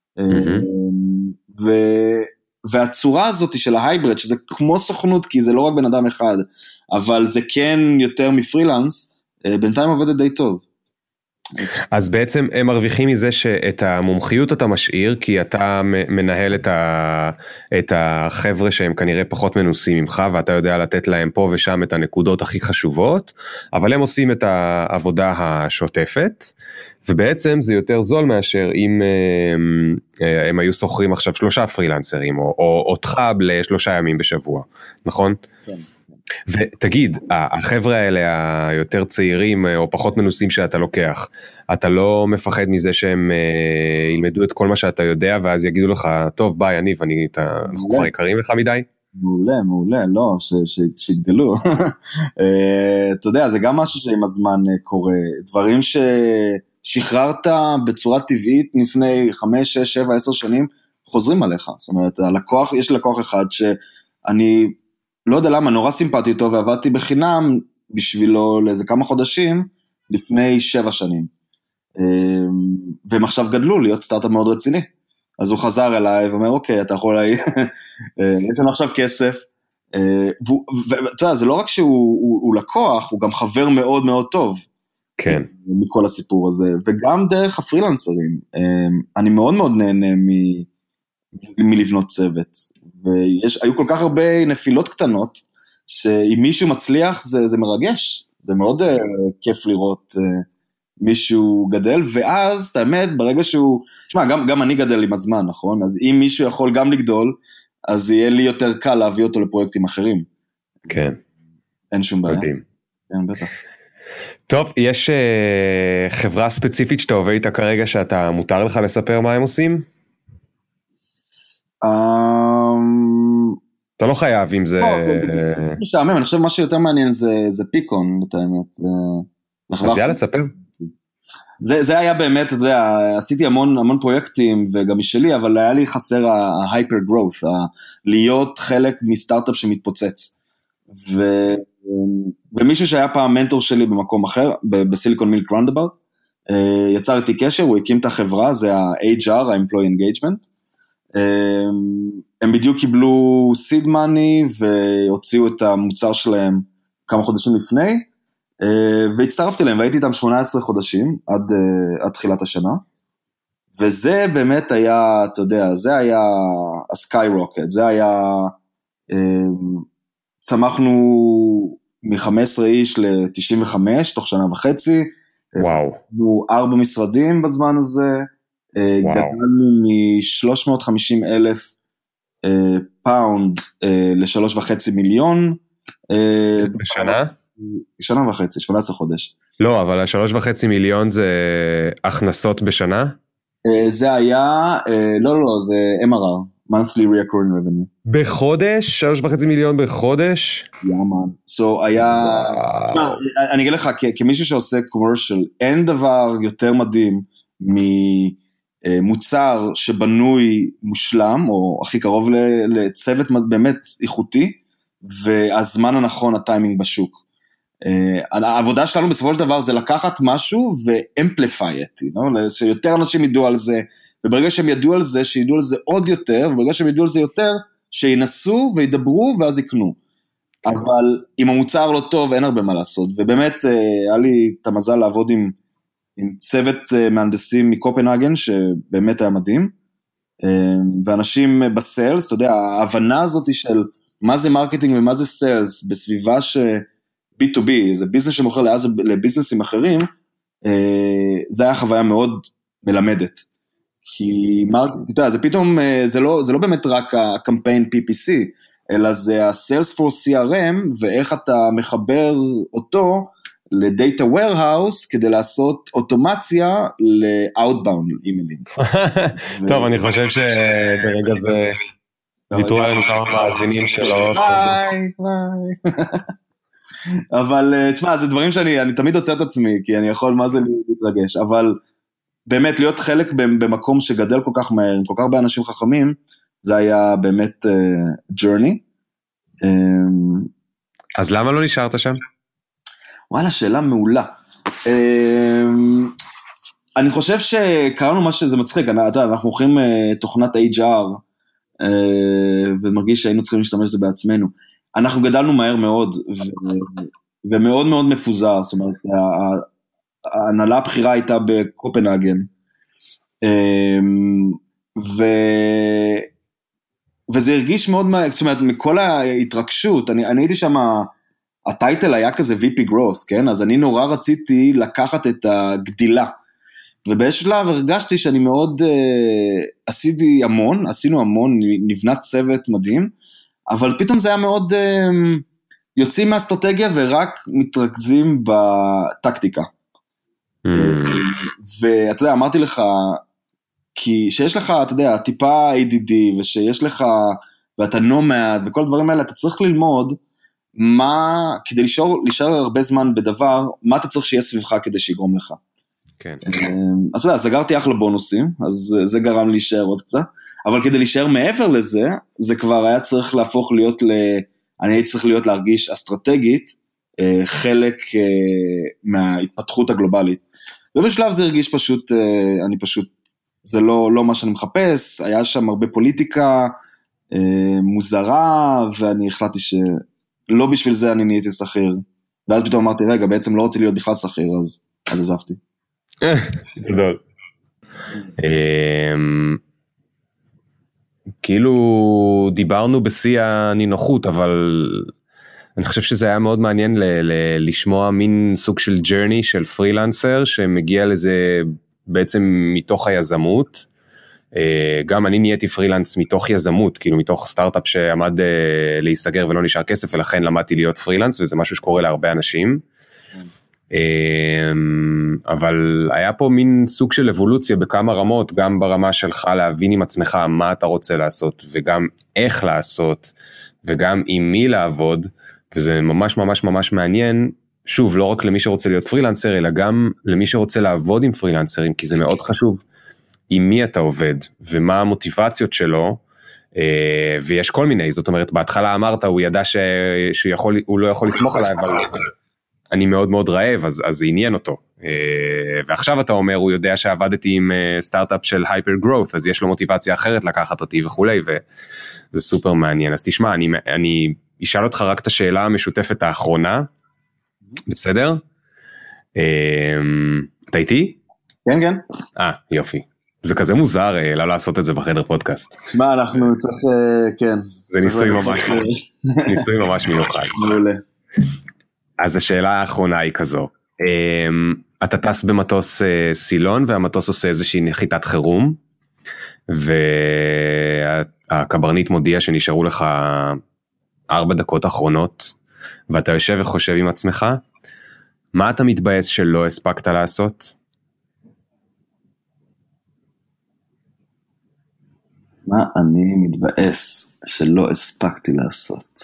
והצורה הזאת של ההייבריד, שזה כמו סוכנות, כי זה לא רק בן אדם אחד, אבל זה כן יותר מפרילנס, בינתיים עובדת די טוב. אז בעצם הם מרוויחים מזה שאת המומחיות אתה משאיר, כי אתה מנהל את החבר'ה שהם כנראה פחות מנוסים ממך, ואתה יודע לתת להם פה ושם את הנקודות הכי חשובות, אבל הם עושים את העבודה השוטפת, ובעצם זה יותר זול מאשר אם הם היו שוכרים עכשיו 3 פרילנסרים, או אותך ל3 ימים בשבוע, נכון? כן. ותגיד, החבר'ה האלה היותר צעירים או פחות מנוסים שאתה לוקח, אתה לא מפחד מזה שהם ילמדו את כל מה שאתה יודע, ואז יגידו לך, טוב ביי יניב, אנחנו כבר יקרים לך מדי? מעולה, לא, שיגדלו. אתה יודע, זה גם משהו שעם הזמן קורה, דברים ששחררת בצורה טבעית לפני 5, 6, 7, 10 שנים, חוזרים עליך, זאת אומרת, יש לקוח אחד שאני לא יודע למה, נורא סימפטי איתו, ועבדתי בחינם בשבילו לאיזה כמה חודשים, לפני 7 שנים. והם עכשיו גדלו להיות סטארט-אפ מאוד רציני. אז הוא חזר אליי ואומר, אוקיי, אתה יכול יש לנו עכשיו כסף. ואתה יודע, זה לא רק שהוא לקוח, הוא גם חבר מאוד מאוד טוב. כן. מכל הסיפור הזה. וגם דרך הפרילנסרים. אני מאוד מאוד נהנה מלבנות צוות. והיו כל כך הרבה נפילות קטנות, שאם מישהו מצליח זה מרגש, זה מאוד כיף לראות מישהו גדל, ואז, את האמת, ברגע שהוא, תשמע, גם אני גדל עם הזמן, נכון? אז אם מישהו יכול גם לגדול, אז יהיה לי יותר קל להביא אותו לפרויקטים אחרים. כן. אין שום בעיה. מדהים. כן, בטח. טוב, יש חברה ספציפית שאתה עובד איתה כרגע, שאתה מותר לך לספר מה הם עושים? אתה לא חייב אם זה... זה משתעמם, אני חושב מה שיותר מעניין זה פיקון, את האמת. אז יאללה, תספר. זה היה באמת, אתה יודע, עשיתי המון פרויקטים, וגם משלי, אבל היה לי חסר ההייפר גרורת, להיות חלק מסטארט-אפ שמתפוצץ. ומישהו שהיה פעם מנטור שלי במקום אחר, בסיליקון מילק ראונדאבאוט, יצר איתי קשר, הוא הקים את החברה, זה ה-HR, ה-Employee Engagement, הם בדיוק קיבלו seed money, והוציאו את המוצר שלהם כמה חודשים לפני, והצטרפתי להם, והייתי איתם 18 חודשים, עד תחילת השנה, וזה באמת היה, אתה יודע, זה היה ה-skyrocket, זה היה, צמחנו מ-15 איש ל-95, תוך שנה וחצי, וואו. 4 משרדים בזמן הזה, גדלנו מ-350,000 פאונד ל-3.5 מיליון. בשנה? שנה וחצי, 18 חודש. לא, אבל 3.5 מיליון זה הכנסות בשנה? זה היה, לא, זה MRR, monthly recurring revenue. בחודש? 3.5 מיליון בחודש? יאמן. So היה, אני אגיד לך, כמישהו שעושה commercial, אין דבר יותר מדהים ממוצר שבנוי מושלם, או הכי קרוב לצוות באמת איכותי, והזמן הנכון, הטיימינג בשוק. העבודה שלנו בסופו של דבר זה לקחת משהו ו-amplify it, שיותר אנשים ידעו על זה, וברגע שהם ידעו על זה, שידעו על זה עוד יותר, וברגע שהם ידעו על זה יותר, שינסו וידברו ואז יקנו. אבל אם המוצר לא טוב, אין הרבה מה לעשות, ובאמת היה לי את המזל לעבוד עם צוות מהנדסים מקופנהגן, שבאמת היה מדהים, ואנשים בסיילס, אתה יודע, ההבנה הזאת של מה זה מרקטינג ומה זה סיילס, בסביבה B2B, זה ביזנס שמוכר לביזנסים אחרים, זה היה חוויה מאוד מלמדת, כי אתה יודע, זה פתאום, זה לא באמת רק הקמפיין PPC, אלא זה ה-Salesforce CRM, ואיך אתה מחבר אותו לדאטה warehouse, כדי לעשות אוטומציה ל-outbound אימיילים. טוב, אני חושב שברגע זה ויתרו עלינו כמה מאזינים שלו. ביי. אבל תשמע, זה דברים שאני תמיד עוצר את עצמי, כי אני יכול מה זה להתרגש, אבל באמת להיות חלק במקום שגדל כל כך מהר, עם כל כך הרבה אנשים חכמים, זה היה באמת journey. אז למה לא נשארת שם? וואלה, שאלה מעולה. אני חושב שקראנו מה שזה מצחיק, אנחנו הולכים תוכנת HR, ומרגיש שהיינו צריכים להשתמש בזה בעצמנו. אנחנו גדלנו מהר מאוד, ומאוד מאוד מפוזר, זאת אומרת, ההנהלה הבחירה הייתה בקופנהגן, וזה הרגיש מאוד, זאת אומרת, מכל ההתרגשות, אני הייתי שם, הטייטל היה כזה VP Growth, כן? אז אני נורא רציתי לקחת את הגדילה, ובשלב הרגשתי שאני מאוד, עשינו המון, נבנה צוות מדהים, אבל פתאום זה היה מאוד, יוצאים מהאסטרטגיה ורק מתרכזים בטקטיקה. ואתה יודע, אמרתי לך, כי שיש לך, אתה יודע, טיפה ADD, ושיש לך, ואתה נומד, וכל הדברים האלה, אתה צריך ללמוד, כדי להישאר הרבה זמן בדבר, מה אתה צריך שיהיה סביבך כדי שיגרום לך. כן. אז אתה יודע, סגרתי אחלה בונוסים, אז זה גרם לי להישאר עוד קצת, אבל כדי להישאר מעבר לזה, זה כבר היה צריך להפוך להיות, אני הייתי צריך להיות להרגיש אסטרטגית, חלק מההתפתחות הגלובלית. ובשלב זה הרגיש פשוט, זה לא מה שאני מחפש, היה שם הרבה פוליטיקה, מוזרה, ואני החלטתי שלא בשביל זה אני נהייתי שכיר. ואז פתאום אמרתי, רגע, בעצם לא רוצה להיות בכלל שכיר, אז עזבתי. גדול. כאילו דיברנו בשיא הנינוחות, אבל אני חושב שזה היה מאוד מעניין לשמוע מין סוג של ג'רני של פרילנסר, שמגיע לזה בעצם מתוך היזמות, גם אני נהייתי פרילנס מתוך יזמות, כאילו מתוך סטארט-אפ שעמד להיסגר ולא נשאר כסף, ולכן למדתי להיות פרילנס, וזה משהו שקורה להרבה אנשים, אבל היה פה מין סוג של אבולוציה בכמה רמות, גם ברמה שלך להבין עם עצמך מה אתה רוצה לעשות, וגם איך לעשות, וגם עם מי לעבוד, וזה ממש ממש ממש מעניין, שוב, לא רק למי שרוצה להיות פרילנסר, אלא גם למי שרוצה לעבוד עם פרילנסרים, כי זה מאוד חשוב, עם מי אתה עובד, ומה המוטיבציות שלו, ויש כל מיני, זאת אומרת, בהתחלה אמרת, הוא ידע שהוא לא יכול לסמוך עליי, אבל אני מאוד מאוד רעב, אז זה עניין אותו, ועכשיו אתה אומר, הוא יודע שעבדתי עם סטארט-אפ של הייפר גרורת, אז יש לו מוטיבציה אחרת לקחת אותי וכולי, וזה סופר מעניין, אז תשמע, אני אשאל אותך רק את השאלה המשותפת האחרונה, בסדר? אתה איתי? כן, כן. יופי. זה כזה מוזר לא לעשות את זה בחדר פודקאסט. תשמע, אנחנו צריך, כן. זה ניסוי ממש מיוחד. מעולה. אז השאלה האחרונה היא כזו, אתה טס במטוס סילון, והמטוס עושה איזושהי נחיתת חירום, והקברניט מודיע שנשארו לך 4 דקות אחרונות, ואתה יושב וחושב עם עצמך, מה אתה מתבאס שלא הספקת לעשות? מה אני מתבאס שלא הספקתי לעשות?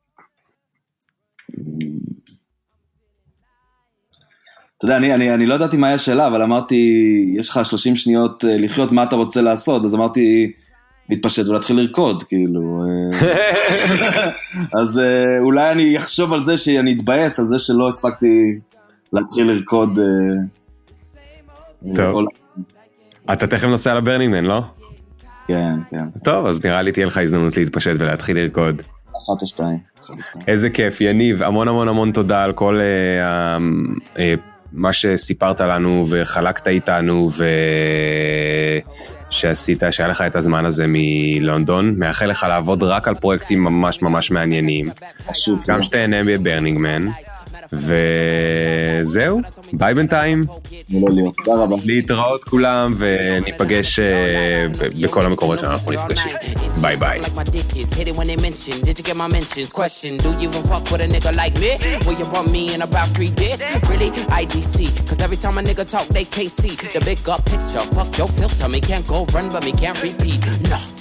אתה יודע, אני לא ידעתי מה היה השאלה, אבל אמרתי, יש לך 30 שניות לחיות, מה אתה רוצה לעשות? אז אמרתי, להתפשט ולהתחיל לרקוד, כאילו. אז אולי אני אחשוב על זה שאני אתבאס, על זה שלא הספקתי להתחיל לרקוד. טוב. אתה תכף נוסע לברנינג מן, לא? כן, כן. טוב, אז נראה לי תהיה לך הזדמנות להתפשט ולהתחיל לרקוד. 1 או 2. איזה כיף, יניב, המון המון המון תודה על כל מה שסיפרת לנו וחלקת איתנו שעשית, שהיה לך את הזמן הזה מלונדון, מאחל לך לעבוד רק על פרויקטים ממש ממש מעניינים, גם שתהנה בברנינג מן, וזהו, ביי בינתיים, להתראות כולם וניפגש בכל המקומות שאנחנו נפגשים, ביי ביי. Cause every time a nigga talk, they can't see the big up picture. Fuck your filter, me can't go run, but me can't repeat. No.